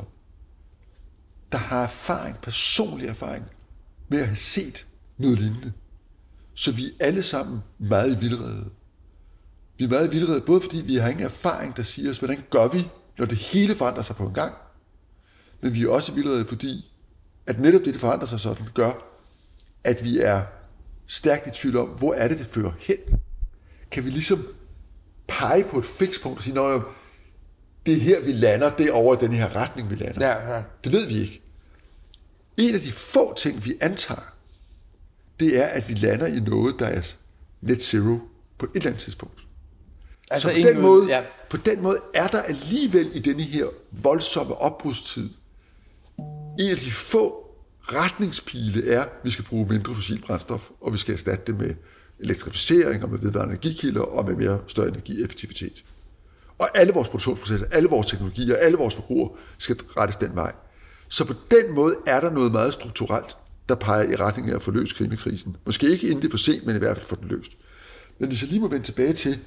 der har personlig erfaring med at have set noget lignende. Så vi er alle sammen meget vildrede. Vi er meget vildrede, både fordi vi har ingen erfaring, der siger os, hvordan gør vi, når det hele forandrer sig på en gang, men vi er også vildrede, fordi at netop det forandrer sig sådan, gør, at vi er stærkt i tvivl om, hvor er det fører hen. Kan vi ligesom pege på et fikspunkt og sige, at det er her, vi lander, det er over i den her retning, vi lander. Ja. Det ved vi ikke. En af de få ting, vi antager, det er, at vi lander i noget, der er net zero på et eller andet tidspunkt. Altså så på den måde er der alligevel i denne her voldsomme opbrudstid, en af de få retningspile er, at vi skal bruge mindre fossilt brændstof, og vi skal erstatte det med elektrificering og med vedvarende energikilder og med mere større energieffektivitet. Og alle vores produktionsprocesser, alle vores teknologier, alle vores forbrugere skal rettes den vej. Så på den måde er der noget meget strukturelt, der peger i retning af at få løst klimakrisen. Måske ikke inden det er for sent, men i hvert fald få den løst. Men hvis jeg lige må vende tilbage til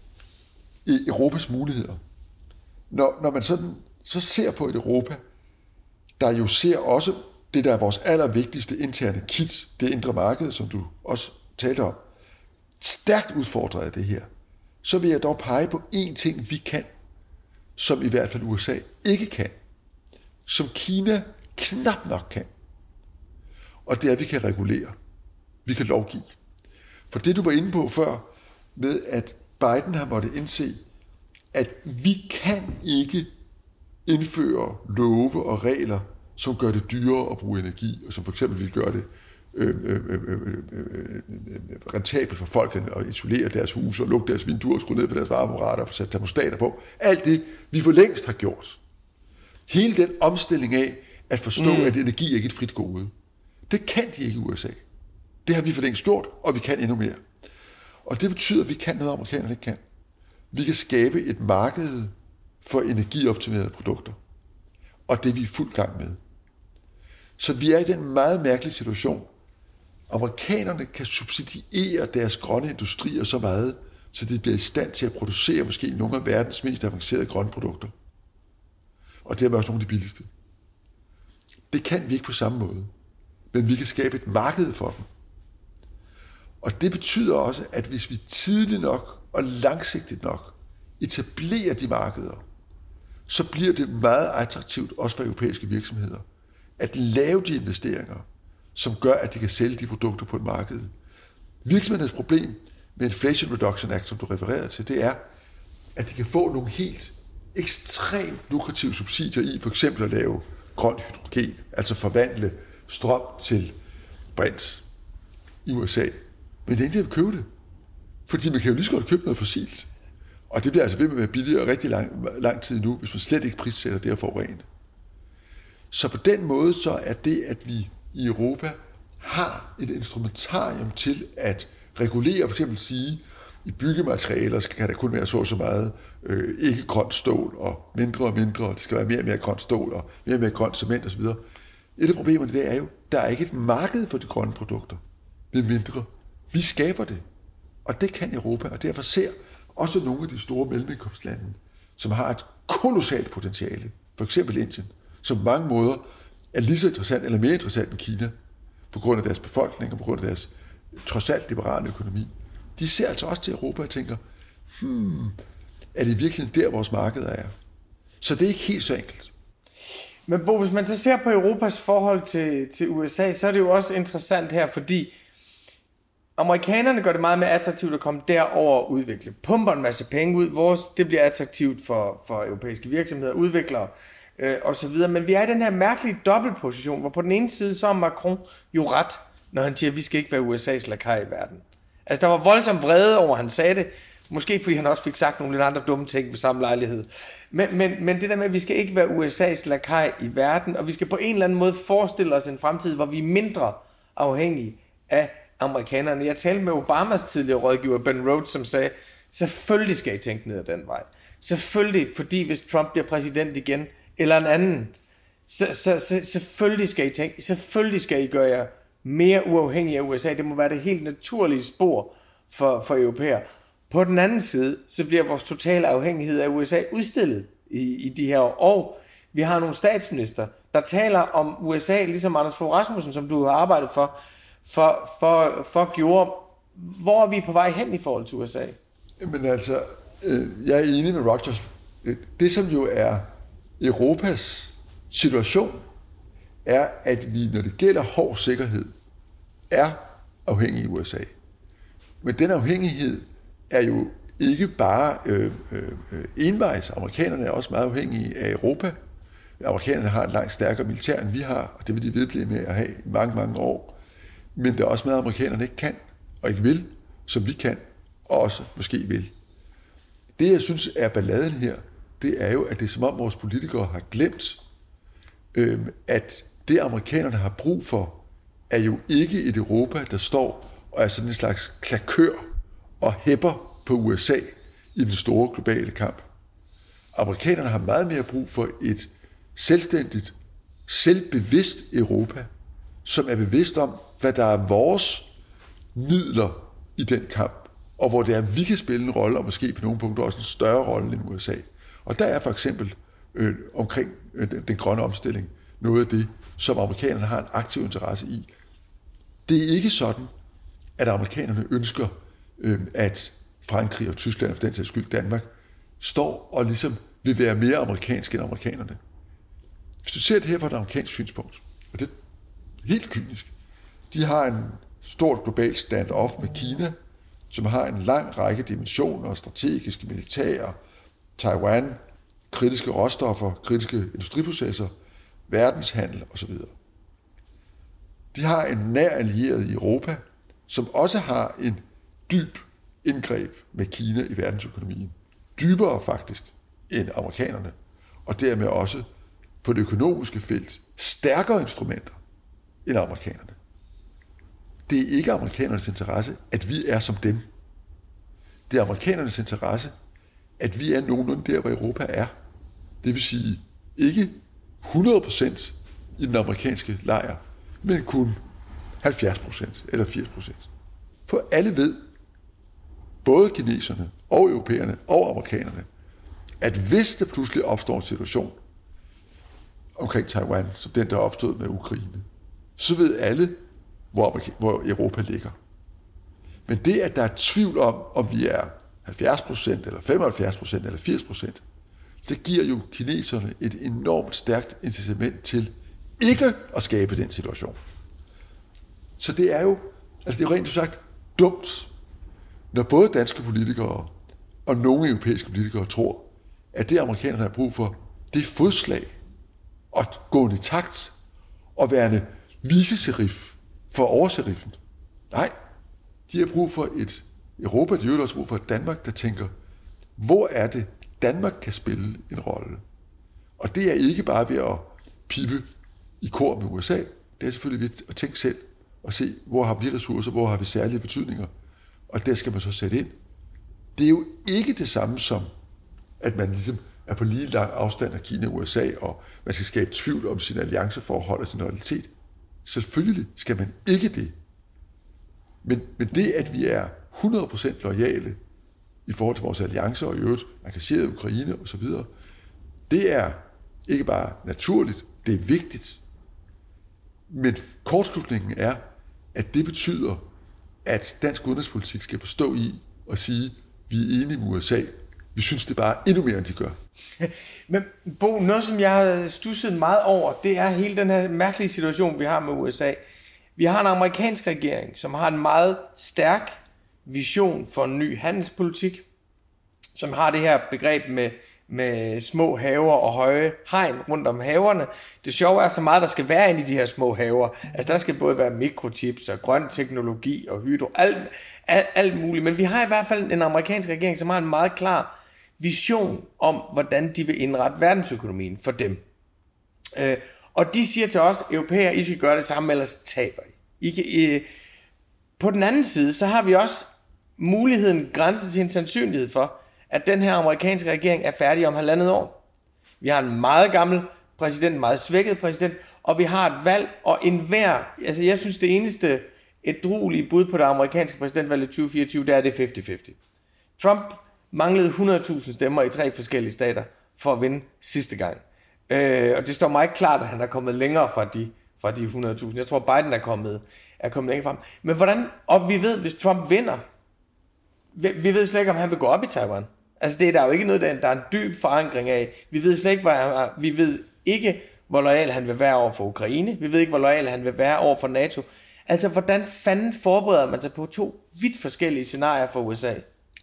Europas muligheder. Når man så ser på et Europa, der jo ser også det, der er vores allervigtigste interne kit, det indre marked, som du også talte om, stærkt udfordret af det her, så vil jeg dog pege på én ting, vi kan, som i hvert fald USA ikke kan, som Kina knap nok kan. Og det er, at vi kan regulere. Vi kan lovgive. For det, du var inde på før, med at Biden har måttet indse, at vi kan ikke indføre love og regler, som gør det dyrere at bruge energi, og som for eksempel vil gøre det rentabelt for folk at isolere deres huse og lukke deres vinduer og skrue ned på deres varmeapparater og få sat termostater på. Alt det, vi for længst har gjort. Hele den omstilling af at forstå, at energi er ikke et frit gode. Det kan de ikke i USA. Det har vi for længst gjort, og vi kan endnu mere. Og det betyder, at vi kan noget, amerikanerne ikke kan. Vi kan skabe et marked for energioptimerede produkter. Og det er vi i fuld gang med. Så vi er i den meget mærkelige situation. Amerikanerne kan subsidiere deres grønne industrier så meget, så de bliver i stand til at producere måske nogle af verdens mest avancerede grønne produkter. Og det er også nogle af de billigste. Det kan vi ikke på samme måde. Men vi kan skabe et marked for dem. Og det betyder også, at hvis vi tidligt nok og langsigtet nok etablerer de markeder, så bliver det meget attraktivt, også for europæiske virksomheder, at lave de investeringer, som gør, at de kan sælge de produkter på et marked. Virksomhedernes problem med Inflation Reduction Act, som du refererede til, det er, at de kan få nogle helt ekstremt lukrative subsidier i, for eksempel at lave grøn hydrogen, altså forvandle strøm til brint i USA. Men det er ikke det, at købe det. Fordi man kan jo lige så godt købe noget fossilt. Og det bliver altså ved med at være billigere rigtig lang tid nu, hvis man slet ikke prissætter det at forurene. Så på den måde så er det, at vi i Europa har et instrumentarium til at regulere, for eksempel sige, i byggematerialer kan der kun være så meget ikke grønt stål, og mindre, det skal være mere og mere grønt stål, og mere og mere grønt cement osv. Et af problemerne det er jo, der er ikke et marked for de grønne produkter, med mindre. Vi skaber det, og det kan Europa, og derfor ser også nogle af de store mellemindkomstlande, som har et kolossalt potentiale, for eksempel Indien, som på mange måder er lige så interessant, eller mere interessant end Kina, på grund af deres befolkning, og på grund af deres trods alt liberale økonomi. De ser altså også til Europa og tænker, er det virkelig der, vores markeder er? Så det er ikke helt så enkelt. Men Bo, hvis man så ser på Europas forhold til USA, så er det jo også interessant her, fordi amerikanerne gør det meget mere attraktivt at komme derover og udvikle. Pumper en masse penge ud. Det bliver attraktivt for europæiske virksomheder, udviklere og så videre. Men vi er i den her mærkelige dobbeltposition, hvor på den ene side, så er Macron jo ret, når han siger, at vi skal ikke være USA's lakaj i verden. Altså, der var voldsomt vrede over, han sagde det. Måske fordi han også fik sagt nogle lidt andre dumme ting ved samme lejlighed. Men det der med, at vi skal ikke være USA's lakaj i verden, og vi skal på en eller anden måde forestille os en fremtid, hvor vi er mindre afhængige af amerikanerne. Jeg talte med Obamas tidligere rådgiver, Ben Rhodes, som sagde, selvfølgelig skal I tænke ned ad den vej. Selvfølgelig, fordi hvis Trump bliver præsident igen, eller en anden, så selvfølgelig skal I tænke, selvfølgelig skal I gøre jer mere uafhængige af USA. Det må være det helt naturlige spor for europæer. På den anden side, så bliver vores totale afhængighed af USA udstillet i de her år. Og vi har nogle statsminister, der taler om USA, ligesom Anders Fogh Rasmussen, som du har arbejdet for gjorde. Hvor er vi på vej hen i forhold til USA? Men altså, jeg er enig med Rogers. Det, som jo er Europas situation, er, at vi, når det gælder hård sikkerhed, er afhængige af USA. Men den afhængighed er jo ikke bare envejs. Amerikanerne er også meget afhængige af Europa. Amerikanerne har et langt stærkere militær, end vi har, og det vil de vedblive med at have i mange, mange år. Men der er også meget, amerikanerne ikke kan, og ikke vil, som vi kan, og også måske vil. Det, jeg synes er balladen her, det er jo, at det er som om vores politikere har glemt, at det, amerikanerne har brug for, er jo ikke et Europa, der står og er sådan en slags klakør og hæpper på USA i den store globale kamp. Amerikanerne har meget mere brug for et selvstændigt, selvbevidst Europa, som er bevidst om, hvad der er vores midler i den kamp, og hvor det er, vi kan spille en rolle, og måske på nogle punkter også en større rolle end USA. Og der er for eksempel omkring den grønne omstilling noget af det, som amerikanerne har en aktiv interesse i. Det er ikke sådan, at amerikanerne ønsker, at Frankrig og Tyskland, og for den sags skyld Danmark, står og ligesom vil være mere amerikanske end amerikanerne. Hvis du ser det her på et amerikansk synspunkt, og det er helt kynisk, de har en stort globalt stand-off med Kina, som har en lang række dimensioner, strategiske, militære, Taiwan, kritiske råstoffer, kritiske industriprocesser, verdenshandel osv. De har en nær allieret i Europa, som også har en dyb indgreb med Kina i verdensøkonomien. Dybere faktisk end amerikanerne, og dermed også på det økonomiske felt stærkere instrumenter end amerikanerne. Det er ikke amerikanernes interesse, at vi er som dem. Det er amerikanernes interesse, at vi er nogenlunde der, hvor Europa er. Det vil sige ikke 100% i den amerikanske lejr, men kun 70% eller 80%. For alle ved, både kineserne og europæerne og amerikanerne, at hvis der pludselig opstår en situation omkring Taiwan, som den, der er opstået med Ukraine, så ved alle, hvor Europa ligger. Men det, at der er tvivl om vi er 70% eller 75% eller 80%, det giver jo kineserne et enormt stærkt incitament til ikke at skabe den situation. Så det er jo, det er rent sagt dumt, når både danske politikere og nogle europæiske politikere tror, at det amerikanerne har brug for, det er fodslag og gående takt og værende viceserif for overseriffen. Nej, de har brug for et Europa, de har også brug for et Danmark, der tænker, hvor er det, Danmark kan spille en rolle? Og det er ikke bare ved at pippe i kor med USA, det er selvfølgelig ved at tænke selv og se, hvor har vi ressourcer, hvor har vi særlige betydninger, og der skal man så sætte ind. Det er jo ikke det samme som, at man ligesom er på lige lang afstand af Kina og USA, og man skal skabe tvivl om sin allianceforhold og sin loyalitet. Selvfølgelig skal man ikke det. Men det, at vi er 100% loyale i forhold til vores alliancer, og i øvrigt engageret i Ukraine osv., det er ikke bare naturligt, det er vigtigt. Men kortslutningen er, at det betyder, at dansk udenrigspolitik skal bestå i at sige, vi er enige med USA. Vi synes det bare endnu mere, end de gør. Men Bo, noget som jeg har studset meget over, det er hele den her mærkelige situation, vi har med USA. Vi har en amerikansk regering, som har en meget stærk vision for en ny handelspolitik, som har det her begreb med små haver og høje hegn rundt om haverne. Det sjove er så meget, der skal være inde i de her små haver. Altså der skal både være mikrochips og grøn teknologi og hydro, alt muligt. Men vi har i hvert fald en amerikansk regering, som har en meget klar vision om, hvordan de vil indrette verdensøkonomien for dem. Og de siger til os, europæere, I skal gøre det samme, ellers taber I. På den anden side, så har vi også muligheden grænset til en sandsynlighed for, at den her amerikanske regering er færdig om 1,5 år. Vi har en meget gammel præsident, en meget svækket præsident, og vi har et valg, og jeg synes det eneste ædruelige bud på det amerikanske præsidentvalg i 2024, det er det 50-50. Trump manglede 100.000 stemmer i 3 forskellige stater for at vinde sidste gang. Og det står meget klart, at han er kommet længere fra de 100.000. Jeg tror, Biden er kommet længere frem. Men hvordan, og vi ved, hvis Trump vinder, vi ved slet ikke, om han vil gå op i Taiwan. Altså det er der jo ikke noget, der er en dyb forankring af. Vi ved slet ikke, vi ved ikke, hvor loyal han vil være over for Ukraine. Vi ved ikke, hvor loyal han vil være over for NATO. Altså hvordan fanden forbereder man sig på 2 vidt forskellige scenarier for USA?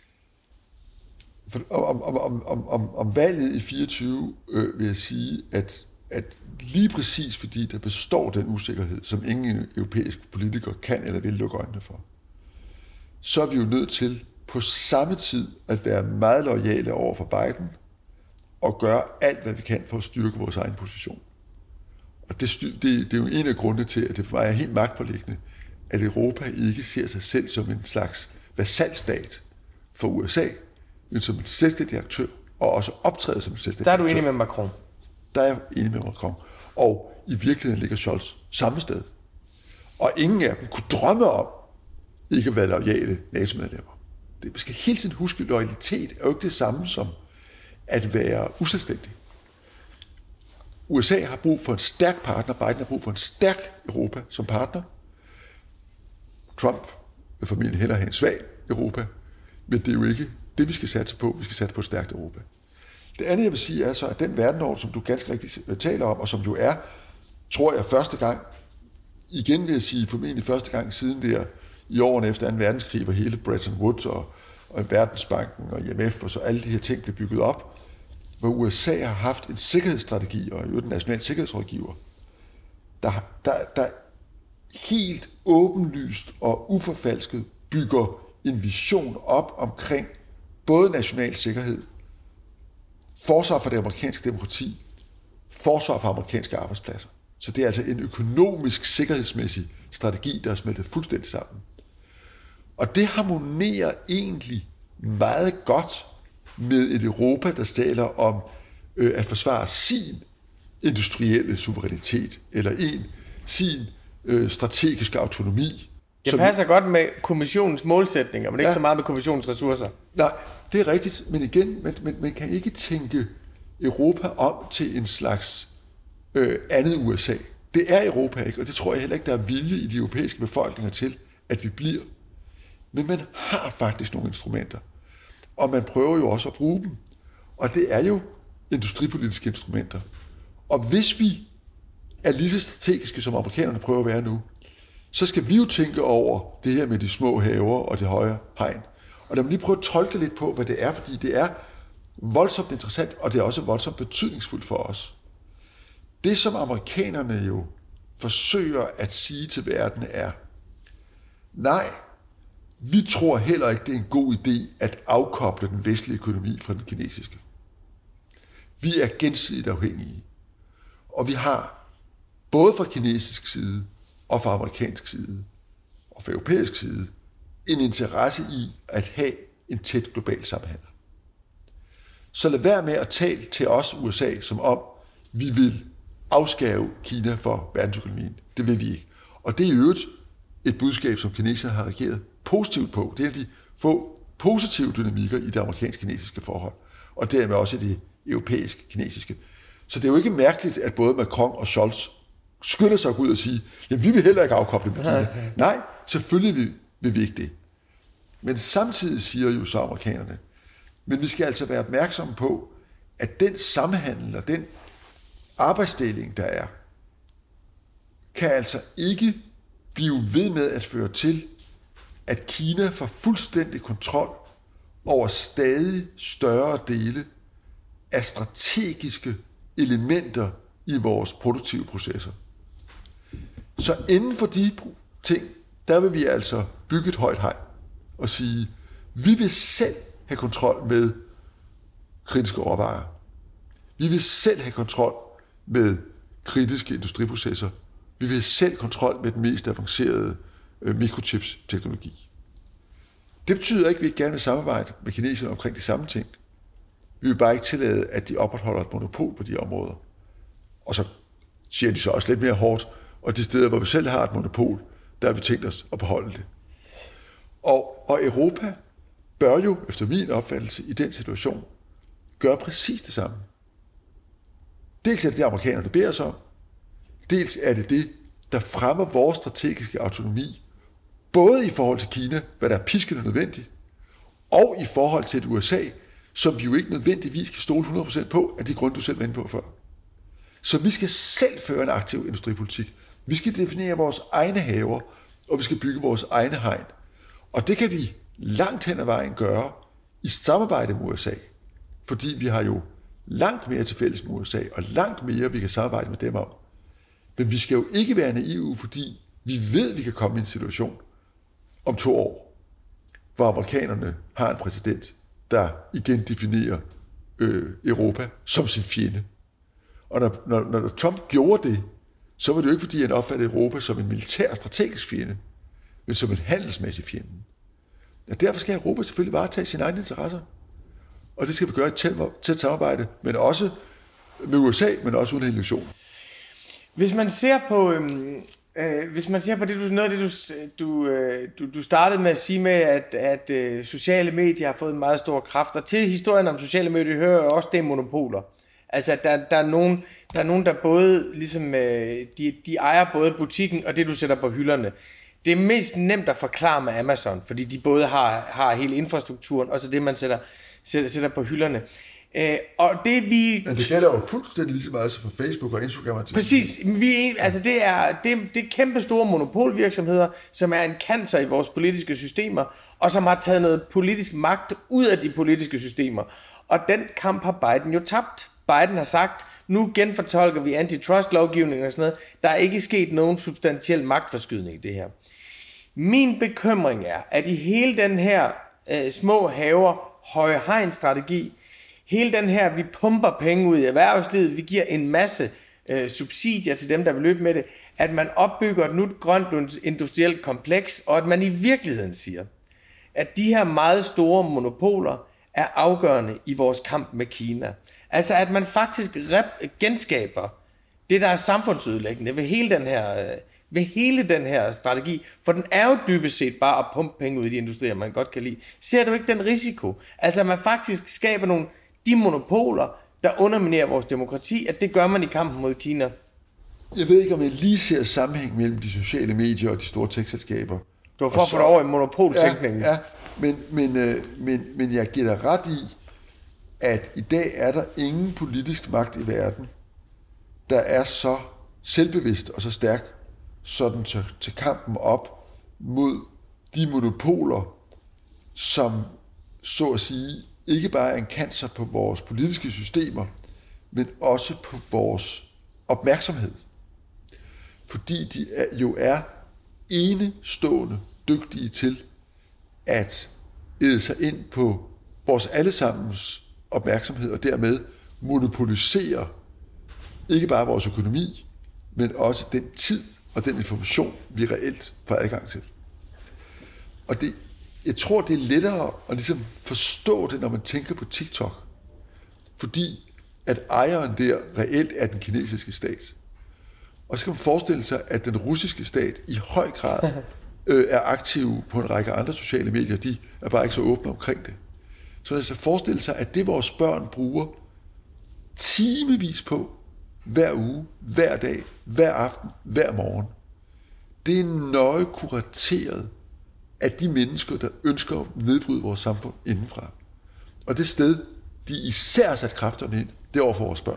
Om valget i 24 vil jeg sige, at lige præcis fordi der består den usikkerhed, som ingen europæiske politikere kan eller vil lukke øjnene for, så er vi jo nødt til på samme tid at være meget loyale over for Biden og gøre alt, hvad vi kan for at styrke vores egen position. Og det er jo en af grundene til, at det for mig er helt magtpåliggende, at Europa ikke ser sig selv som en slags vasalstat for USA, men som en selvstændig aktør, og også optræder som en selvstændig aktør. Der er du enig med Macron? Der er jeg enig med Macron. Og i virkeligheden ligger Scholz samme sted. Og ingen af dem kunne drømme om ikke at være loyale NATO-medlemmer. Det skal hele tiden huske, at loyalitet er jo ikke det samme som at være uselvstændig. USA har brug for en stærk partner, Biden har brug for en stærk Europa som partner. Trump vil formentlig hellere have en svag Europa, men det er jo ikke det, vi skal satse på. Vi skal satse på et stærkt Europa. Det andet, jeg vil sige, er så, at den verdenorden, som du ganske rigtigt taler om, og som jo er, tror jeg, første gang, igen vil jeg sige, formentlig første gang siden der, i årene efter 2. verdenskrig, hvor hele Bretton Woods og Verdensbanken og IMF og så alle de her ting blev bygget op, hvor USA har haft en sikkerhedsstrategi, og jo den nationale sikkerhedsrådgiver, der helt åbenlyst og uforfalsket bygger en vision op omkring både national sikkerhed, forsvar for det amerikanske demokrati, forsvar for amerikanske arbejdspladser. Så det er altså en økonomisk, sikkerhedsmæssig strategi, der er smeltet fuldstændig sammen. Og det harmonerer egentlig meget godt med et Europa, der taler om at forsvare sin industrielle suverænitet, eller sin strategiske autonomi. Det passer godt med kommissionens målsætninger, men ikke så meget med kommissionens ressourcer. Nej, det er rigtigt, men igen, man kan ikke tænke Europa om til en slags andet USA. Det er Europa ikke, og det tror jeg heller ikke, der er vilje i de europæiske befolkninger til, at vi bliver. Men man har faktisk nogle instrumenter, og man prøver jo også at bruge dem. Og det er jo industripolitiske instrumenter. Og hvis vi er lige så strategiske, som amerikanerne prøver at være nu, så skal vi jo tænke over det her med de små haver og det høje hegn. Og lad mig lige prøve at tolke lidt på, hvad det er, fordi det er voldsomt interessant, og det er også voldsomt betydningsfuldt for os. Det, som amerikanerne jo forsøger at sige til verden er, nej, vi tror heller ikke, det er en god idé at afkoble den vestlige økonomi fra den kinesiske. Vi er gensidigt afhængige, og vi har både fra kinesisk side og fra amerikansk side og fra europæisk side en interesse i at have en tæt global samhandel. Så lad være med at tale til os, USA, som om vi vil afskære Kina for verdensøkonomien. Det vil vi ikke. Og det er i øvrigt et budskab, som kineserne har reageret positivt på. Det er de få positive dynamikker i det amerikansk-kinesiske forhold, og dermed også i det europæisk-kinesiske. Så det er jo ikke mærkeligt, at både Macron og Scholz skynder sig ud og sige, jamen vi vil heller ikke afkoble med Kina. Nej, selvfølgelig vil vi ikke det. Men samtidig siger jo så amerikanerne, men vi skal altså være opmærksomme på, at den samhandel og den arbejdsdeling, der er, kan altså ikke blive ved med at føre til, at Kina får fuldstændig kontrol over stadig større dele af strategiske elementer i vores produktive processer. Så inden for de ting, der vil vi altså bygge et højt hegn og sige, vi vil selv have kontrol med kritiske råvarer. Vi vil selv have kontrol med kritiske industriprocesser. Vi vil selv kontrol med den mest avancerede mikrochips-teknologi. Det betyder ikke, at vi ikke gerne vil samarbejde med kineserne omkring de samme ting. Vi vil bare ikke tillade, at de opretholder et monopol på de områder. Og så siger de så også lidt mere hårdt, og de steder, hvor vi selv har et monopol, der har vi tænkt os at beholde det. Og Europa bør jo, efter min opfattelse, i den situation, gøre præcis det samme. Dels er det det, amerikanerne beder os om, dels er det det, der fremmer vores strategiske autonomi, både i forhold til Kina, hvad der er piskende nødvendigt, og i forhold til et USA, som vi jo ikke nødvendigvis kan stole 100% på, af de grunde, du selv var inde på før. Så vi skal selv føre en aktiv industripolitik. Vi skal definere vores egne haver, og vi skal bygge vores egne hegn. Og det kan vi langt hen ad vejen gøre i samarbejde med USA, fordi vi har jo langt mere til fælles med USA, og langt mere, vi kan samarbejde med dem om. Men vi skal jo ikke være naive, fordi vi ved, at vi kan komme i en situation om 2 år, hvor amerikanerne har en præsident, der igen definerer Europa som sin fjende. Og når Trump gjorde det, så var det jo ikke, fordi han opfattede Europa som en militær strategisk fjende, men som en handelsmæssig fjende. Og derfor skal Europa selvfølgelig varetage sine egne interesser. Og det skal vi gøre i tæt samarbejde, men også med USA, men også uden illusion. Hvis man ser på det, noget af det, du startede med at sige med, at sociale medier har fået en meget stor kraft, og til historien om sociale medier hører også det monopoler. Altså, der er nogen, der både ligesom, de ejer både butikken og det, du sætter på hylderne. Det er mest nemt at forklare med Amazon, fordi de både har hele infrastrukturen, og så det, man sætter på hylderne. Og det vi... Men det gælder jo fuldstændig lige så meget som for Facebook og Instagram. Præcis. Det er kæmpe store monopolvirksomheder, som er en cancer i vores politiske systemer, og som har taget noget politisk magt ud af de politiske systemer. Og den kamp har Biden jo tabt. Biden har sagt, nu genfortolker vi antitrust-lovgivning og sådan noget. Der er ikke sket nogen substantiel magtforskydning i det her. Min bekymring er, at i hele den her små haver, høje hegn-strategi, hele den her, vi pumper penge ud i erhvervslivet, vi giver en masse subsidier til dem, der vil løbe med det, at man opbygger et nyt grønt industrielt kompleks, og at man i virkeligheden siger, at de her meget store monopoler er afgørende i vores kamp med Kina. Altså at man faktisk genskaber det, der er samfundsødelæggende ved hele den her strategi, for den er jo dybest set bare at pumpe penge ud i de industrier, man godt kan lide. Ser du ikke den risiko? Altså at man faktisk skaber de monopoler, der underminerer vores demokrati, at det gør man i kampen mod Kina. Jeg ved ikke, om jeg lige ser sammenhæng mellem de sociale medier og de store tech-selskaber. Du var for at få det over i monopoltænkningen. Ja, men jeg giver dig ret i, at i dag er der ingen politisk magt i verden, der er så selvbevidst og så stærk, sådan til kampen op mod de monopoler, som så at sige ikke bare er en cancer på vores politiske systemer, men også på vores opmærksomhed. Fordi de jo er enestående dygtige til at æde sig ind på vores allesammens opmærksomhed, og dermed monopolisere ikke bare vores økonomi, men også den tid og den information, vi reelt får adgang til. Og jeg tror, det er lettere at ligesom forstå det, når man tænker på TikTok, fordi at ejeren der reelt er den kinesiske stat. Og så kan man forestille sig, at den russiske stat i høj grad er aktiv på en række andre sociale medier, de er bare ikke så åbne omkring det. Så man kan forestille sig, at det vores børn bruger timevis på, hver uge, hver dag, hver aften, hver morgen, det er nøje kurateret af de mennesker, der ønsker at nedbryde vores samfund indenfra. Og det sted, de især sat kræfterne ind, det er over for vores børn.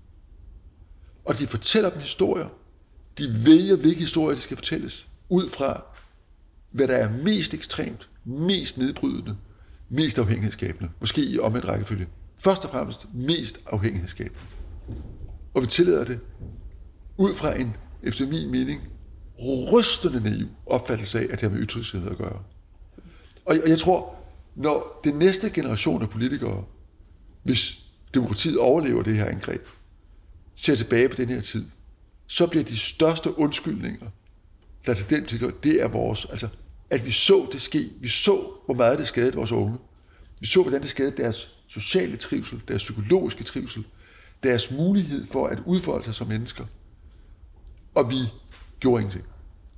Og de fortæller dem historier. De vælger, hvilke historier de skal fortælles, ud fra, hvad der er mest ekstremt, mest nedbrydende, mest afhængighedsskabende, måske i omvendt rækkefølge. Først og fremmest mest afhængighedsskabende. Og vi tillader det ud fra en, efter min mening, rystende naiv opfattelse af, at det har med ytringsfrihed at gøre. Og jeg tror, når den næste generation af politikere, hvis demokratiet overlever det her angreb, ser tilbage på den her tid, så bliver de største undskyldninger, der til den tid, det er vores, altså, at vi så det ske. Vi så, hvor meget det skadede vores unge. Vi så, hvordan det skadede deres sociale trivsel, deres psykologiske trivsel, deres mulighed for at udfolde sig som mennesker. Og vi gjorde ingenting.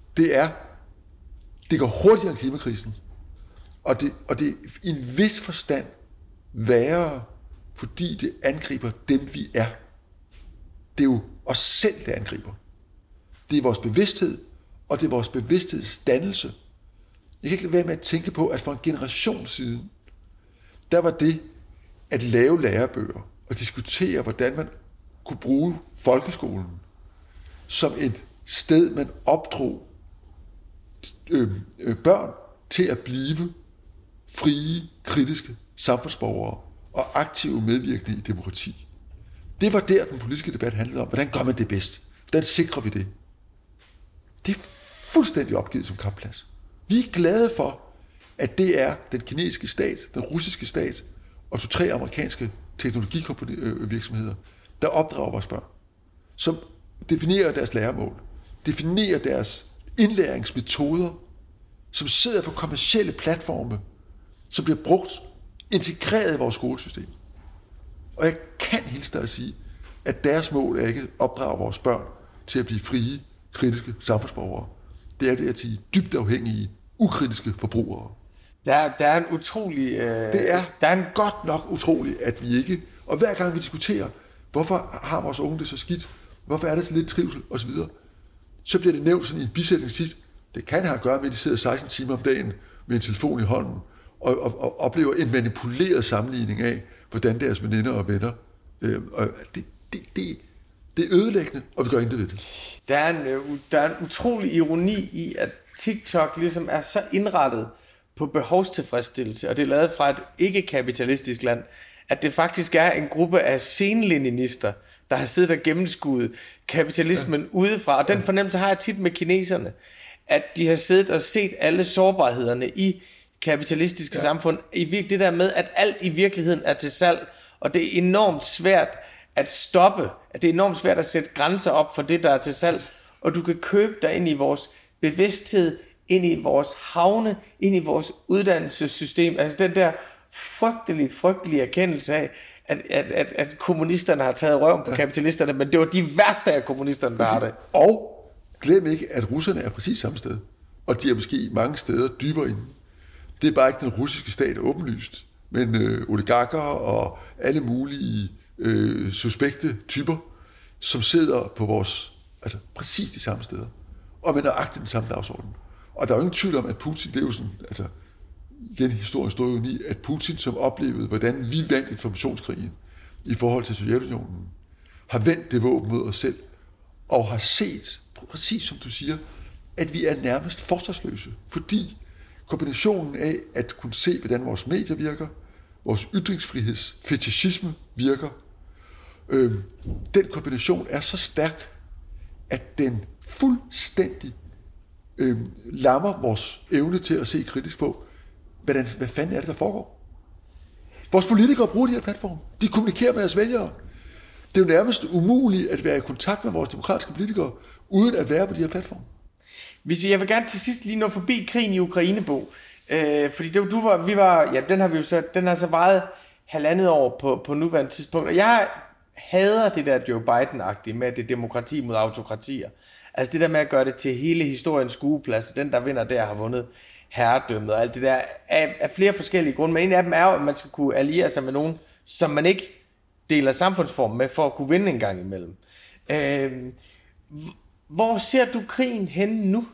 Det går hurtigere end klimakrisen, og det i en vis forstand værre, fordi det angriber dem, vi er. Det er jo os selv, det angriber. Det er vores bevidsthed, og det er vores bevidsthedsdannelse. Jeg kan ikke lade være med at tænke på, at for en generation siden, der var det at lave lærebøger og diskutere, hvordan man kunne bruge folkeskolen som et sted, man opdrog børn til at blive frie, kritiske samfundsborgere og aktive medvirkende i demokrati. Det var der, den politiske debat handlede om. Hvordan gør man det bedst? Hvordan sikrer vi det? Det er fuldstændig opgivet som kampplads. Vi er glade for, at det er den kinesiske stat, den russiske stat og 2-3 amerikanske teknologivirksomheder, der opdrager vores børn, som definerer deres læremål, definerer deres indlæringsmetoder, som sidder på kommercielle platforme, som bliver brugt, integreret i vores skolesystem. Og jeg kan hilse dig at sige, at deres mål er ikke at opdrage vores børn til at blive frie, kritiske samfundsborgere. Det er det at blive dybt afhængige, ukritiske forbrugere. Der er en utrolig... Det er godt nok utroligt, at vi ikke... Og hver gang vi diskuterer, hvorfor har vores unge det så skidt, hvorfor er der så lidt trivsel osv., så bliver det nævnt sådan i en bisætning sidst. Det kan have at gøre med, at de sidder 16 timer om dagen med en telefon i hånden og oplever en manipuleret sammenligning af, hvordan deres veninder og venner... Og det er ødelæggende, og vi gør intet ved det. Der er en utrolig ironi i, at TikTok ligesom er så indrettet på behovstilfredsstillelse, og det er lavet fra et ikke-kapitalistisk land, at det faktisk er en gruppe af senleninister, der har siddet og gennemskuet kapitalismen udefra. Og den fornemmelse har jeg tit med kineserne, at de har siddet og set alle sårbarhederne i kapitalistiske samfund. Det der med, at alt i virkeligheden er til salg, og det er enormt svært at stoppe, at det er enormt svært at sætte grænser op for det, der er til salg, og du kan købe dig ind i vores bevidsthed, ind i vores havne, ind i vores uddannelsessystem. Altså den der frygtelige erkendelse af, at kommunisterne har taget røven på kapitalisterne, men det var de værste af kommunisterne, der har det. Og glem ikke, at russerne er præcis samme sted, og de er måske mange steder dybere inde. Det er bare ikke den russiske stat åbenlyst, men oligarker og alle mulige suspekte typer, som sidder på vores, altså præcis de samme steder, og med nøjagtigt den samme dagsorden. Og der er jo ingen tvivl om, at Putin, det er jo sådan, altså igen historien står jo i, at Putin, som oplevede, hvordan vi vandt informationskrigen i forhold til Sovjetunionen, har vendt det våben mod os selv, og har set, præcis som du siger, at vi er nærmest forsvarsløse, fordi kombinationen af at kunne se, hvordan vores medier virker, vores ytringsfrihedsfetishisme virker, den kombination er så stærk, at den fuldstændig lammer vores evne til at se kritisk på, hvad fanden er det, der foregår. Vores politikere bruger de her platforme. De kommunikerer med deres vælgere. Det er jo nærmest umuligt at være i kontakt med vores demokratiske politikere, uden at være på de her platforme. Jeg vil gerne til sidst lige nå forbi krigen i Ukraine, Bo. Fordi den har så varet 1,5 år på nuværende tidspunkt. Og jeg hader det der Joe Biden-agtige med, det demokrati mod autokratier. Altså det der med at gøre det til hele historiens skueplads, den der vinder der har vundet herredømmet og alt det der, af flere forskellige grunde. Men en af dem er jo, at man skal kunne alliere sig med nogen, som man ikke deler samfundsform med, for at kunne vinde en gang imellem. Hvor ser du krigen henne nu?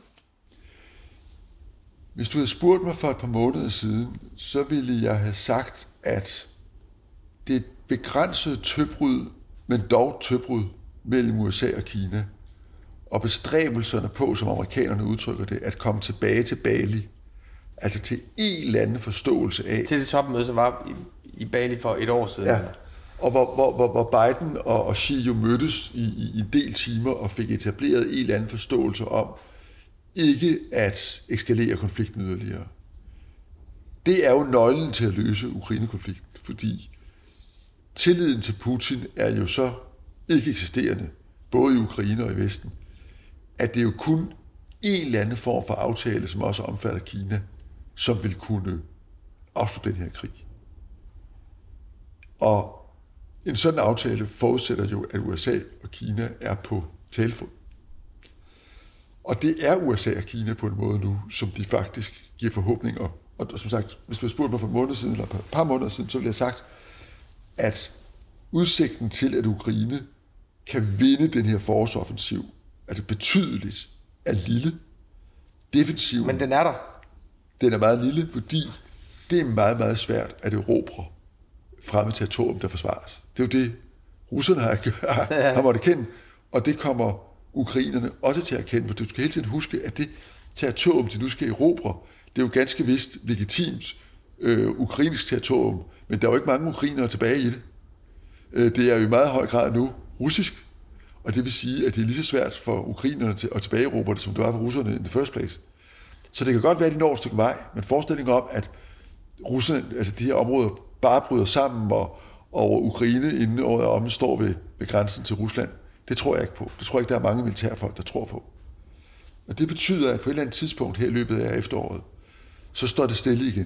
Hvis du havde spurgt mig for et par måneder siden, så ville jeg have sagt, at det er et begrænset tøbrud, men dog tøbrud mellem USA og Kina, og bestræbelserne på, som amerikanerne udtrykker det, at komme tilbage til Bali, altså til en eller anden forståelse af... Til det topmøde, som var i Bali for et år siden. Ja, og hvor Biden og Xi jo mødtes i en del timer og fik etableret en eller anden forståelse om ikke at eskalere konflikten yderligere. Det er jo nøglen til at løse Ukraine-konflikten, fordi tilliden til Putin er jo så ikke eksisterende, både i Ukraine og i Vesten, at det er jo kun en eller anden form for aftale, som også omfatter Kina, som vil kunne afslutte den her krig. Og en sådan aftale forudsætter jo, at USA og Kina er på talefod. Og det er USA og Kina på en måde nu, som de faktisk giver forhåbninger. Og som sagt, hvis du havde spurgt mig for en måned siden, eller et par måneder siden, så ville jeg have sagt, at udsigten til, at Ukraine kan vinde den her forårsoffensiv, altså betydeligt, er lille. Defensiven. Men den er der. Den er meget lille, fordi det er meget, meget svært at erobre fremme territorium, der forsvares. Det er jo det, russerne har måttet kende, og det kommer ukrainerne også til at kende, for du skal hele tiden huske, at det territorium, de nu skal erobre, det er jo ganske vist legitimt ukrainsk territorium, men der er jo ikke mange ukrainere tilbage i det. Det er jo i meget høj grad nu russisk, og det vil sige, at det er lige så svært for ukrainerne at tilbageerobre det, som det var for russerne in the first place. Så det kan godt være, at de når et stykke vej, men forestillingen om, at russerne, altså de her områder, bare bryder sammen, og Ukraine inden året om står ved grænsen til Rusland, det tror jeg ikke på. Det tror jeg ikke, der er mange militærfolk, der tror på. Og det betyder, at på et eller andet tidspunkt her i løbet af efteråret, så står det stille igen.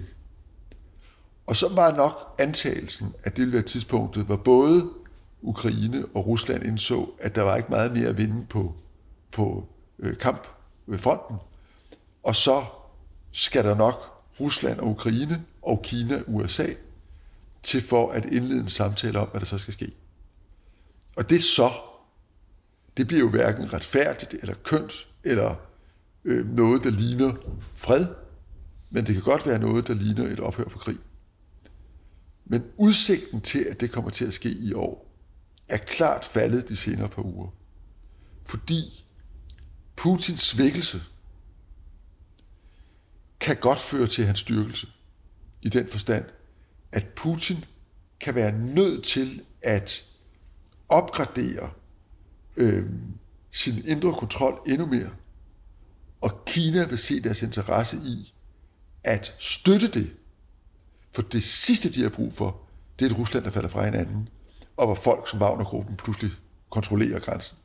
Og så var nok antagelsen, at det ville være tidspunktet, hvor både Ukraine og Rusland indså, at der var ikke meget mere at vinde på kamp ved fronten. Og så skal der nok Rusland og Ukraine og Kina og USA til for at indlede en samtale om, hvad der så skal ske. Og det bliver jo hverken retfærdigt eller kønt, eller noget, der ligner fred, men det kan godt være noget, der ligner et ophør på krig. Men udsigten til, at det kommer til at ske i år, er klart faldet de senere par uger. Fordi Putins svækkelse kan godt føre til hans styrkelse, i den forstand, at Putin kan være nødt til at opgradere sin indre kontrol endnu mere, og Kina vil se deres interesse i at støtte det, for det sidste, de har brug for, det er et Rusland, der falder fra hinanden, og hvor folk som Wagner-gruppen pludselig kontrollerer grænsen.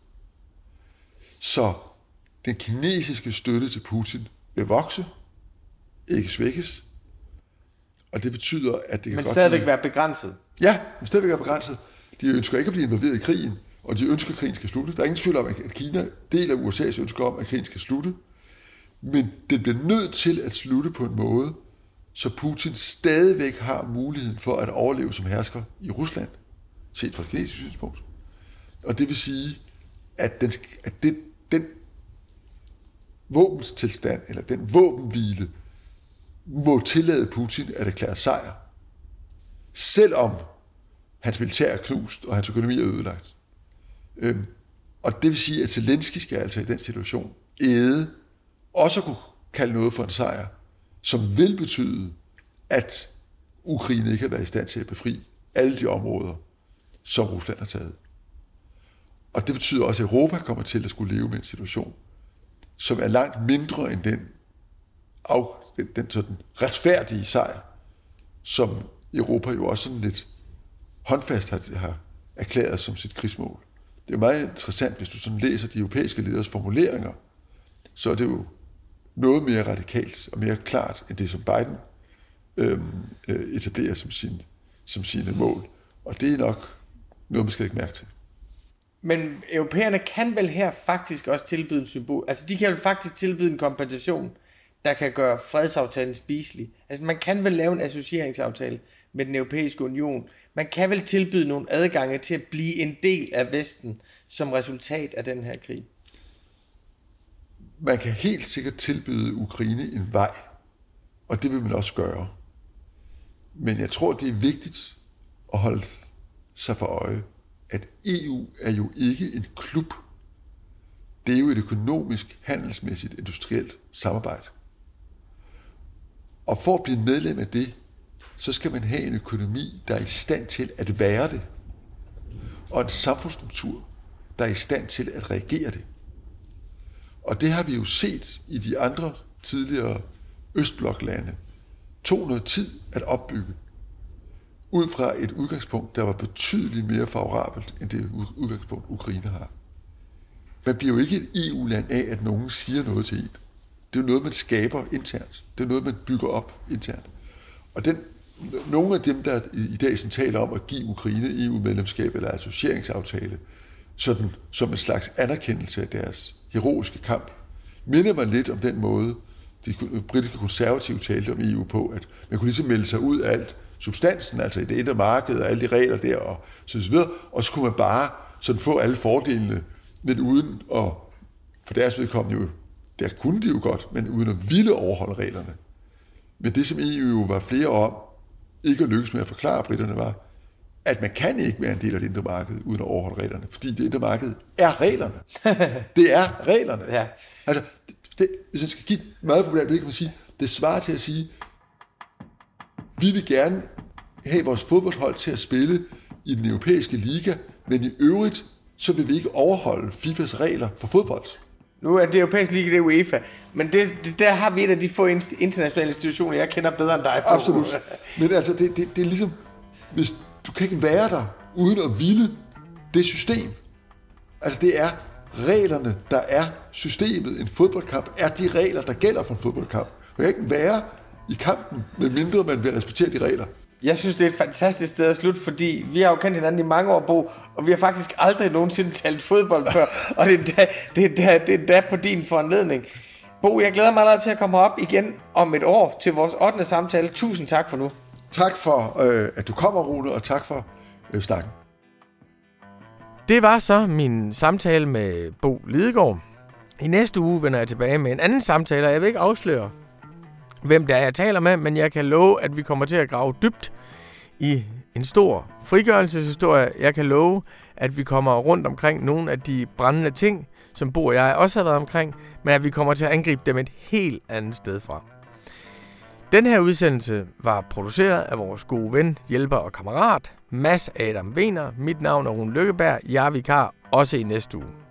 Så den kinesiske støtte til Putin vil vokse, ikke svækkes, og det betyder, at det kan men stadigvæk være begrænset. Ja, men stadigvæk være begrænset. De ønsker ikke at blive involveret i krigen, og de ønsker, at krigen skal slutte. Der er ingen tvivl om, at Kina deler USA's ønsker om, at krigen skal slutte, men det bliver nødt til at slutte på en måde, så Putin stadigvæk har muligheden for at overleve som hersker i Rusland, set fra et kinesisk synspunkt. Og det vil sige, at den våbenstilstand, eller den våbenhvile, må tillade Putin at erklære sejr, selvom hans militær er knust, og hans økonomi er ødelagt. Og det vil sige, at Zelensky skal altså i den situation også kunne kalde noget for en sejr, som vil betyde, at Ukraine ikke har været i stand til at befri alle de områder, som Rusland har taget. Og det betyder også, at Europa kommer til at skulle leve med en situation, som er langt mindre end den sådan retfærdige sejr, som Europa jo også sådan lidt håndfast har erklæret som sit krigsmål. Det er jo meget interessant, hvis du sådan læser de europæiske leders formuleringer, så er det jo noget mere radikalt og mere klart, end det, som Biden etablerer som sine mål. Og det er nok noget, man skal ikke mærke til. Men europæerne kan vel her faktisk også tilbyde en symbol. Altså, de kan vel faktisk tilbyde en kompensation, der kan gøre fredsaftalen spiselig. Altså, man kan vel lave en associeringsaftale med den europæiske union. Man kan vel tilbyde nogle adgange til at blive en del af Vesten som resultat af den her krig. Man kan helt sikkert tilbyde Ukraine en vej, og det vil man også gøre. Men jeg tror, det er vigtigt at holde sig for øje, at EU er jo ikke en klub. Det er jo et økonomisk, handelsmæssigt, industrielt samarbejde. Og for at blive medlem af det, så skal man have en økonomi, der er i stand til at være det, og en samfundsstruktur, der er i stand til at reagere det. Og det har vi jo set i de andre tidligere Østbloklande. Tog noget tid at opbygge, ud fra et udgangspunkt, der var betydeligt mere favorabelt, end det udgangspunkt, Ukraine har. Man bliver jo ikke et EU-land af, at nogen siger noget til en. Det er jo noget, man skaber internt. Det er noget, man bygger op internt. Og nogle af dem, der i dag taler om at give Ukraine EU-medlemskab eller associeringsaftale, sådan som en slags anerkendelse af deres heroiske kamp, minder man lidt om den måde, de britiske konservative talte om EU på, at man kunne ligesom melde sig ud af alt substansen, altså i det indre marked og alle de regler der og så videre, og så kunne man bare sådan få alle fordelene, men uden at, for deres vedkommende jo, der kunne de jo godt, men uden at ville overholde reglerne. Men det, som EU jo var flere om, ikke at lykkes med at forklare britterne, var, at man kan ikke være en del af det indre marked, uden at overholde reglerne, fordi det indre marked er reglerne. Det er reglerne. Ja. Altså, hvis man skal give et meget populært blik, kan man sige, det svarer til at sige, vi vil gerne have vores fodboldhold til at spille i den europæiske liga, men i øvrigt, så vil vi ikke overholde FIFAs regler for fodbold. Nu er det europæiske liga, det er UEFA, men der har vi et af de få internationale institutioner, jeg kender bedre end dig på. Absolut. Men altså, det er ligesom, hvis du kan ikke være der, uden at ville det system. Altså, det er reglerne, der er systemet. En fodboldkamp er de regler, der gælder for en fodboldkamp. Man kan ikke være i kampen, medmindre man vil respektere de regler. Jeg synes, det er et fantastisk sted at slutte, fordi vi har jo kendt hinanden i mange år, Bo, og vi har faktisk aldrig nogensinde talt fodbold før, og det er da på din foranledning. Bo, jeg glæder mig allerede til at komme op igen om et år til vores 8. samtale. Tusind tak for nu. Tak for, at du kommer, Rune, og tak for snakken. Det var så min samtale med Bo Lidegaard. I næste uge vender jeg tilbage med en anden samtale, og jeg vil ikke afsløre, hvem det er, jeg taler med, men jeg kan love, at vi kommer til at grave dybt i en stor frigørelseshistorie. Jeg kan love, at vi kommer rundt omkring nogle af de brændende ting, som Bo og jeg også har været omkring, men at vi kommer til at angribe dem et helt andet sted fra. Den her udsendelse var produceret af vores gode ven, hjælper og kammerat, Mads Adam Wener. Mit navn er Rune Lykkeberg. Jeg er vikar også i næste uge.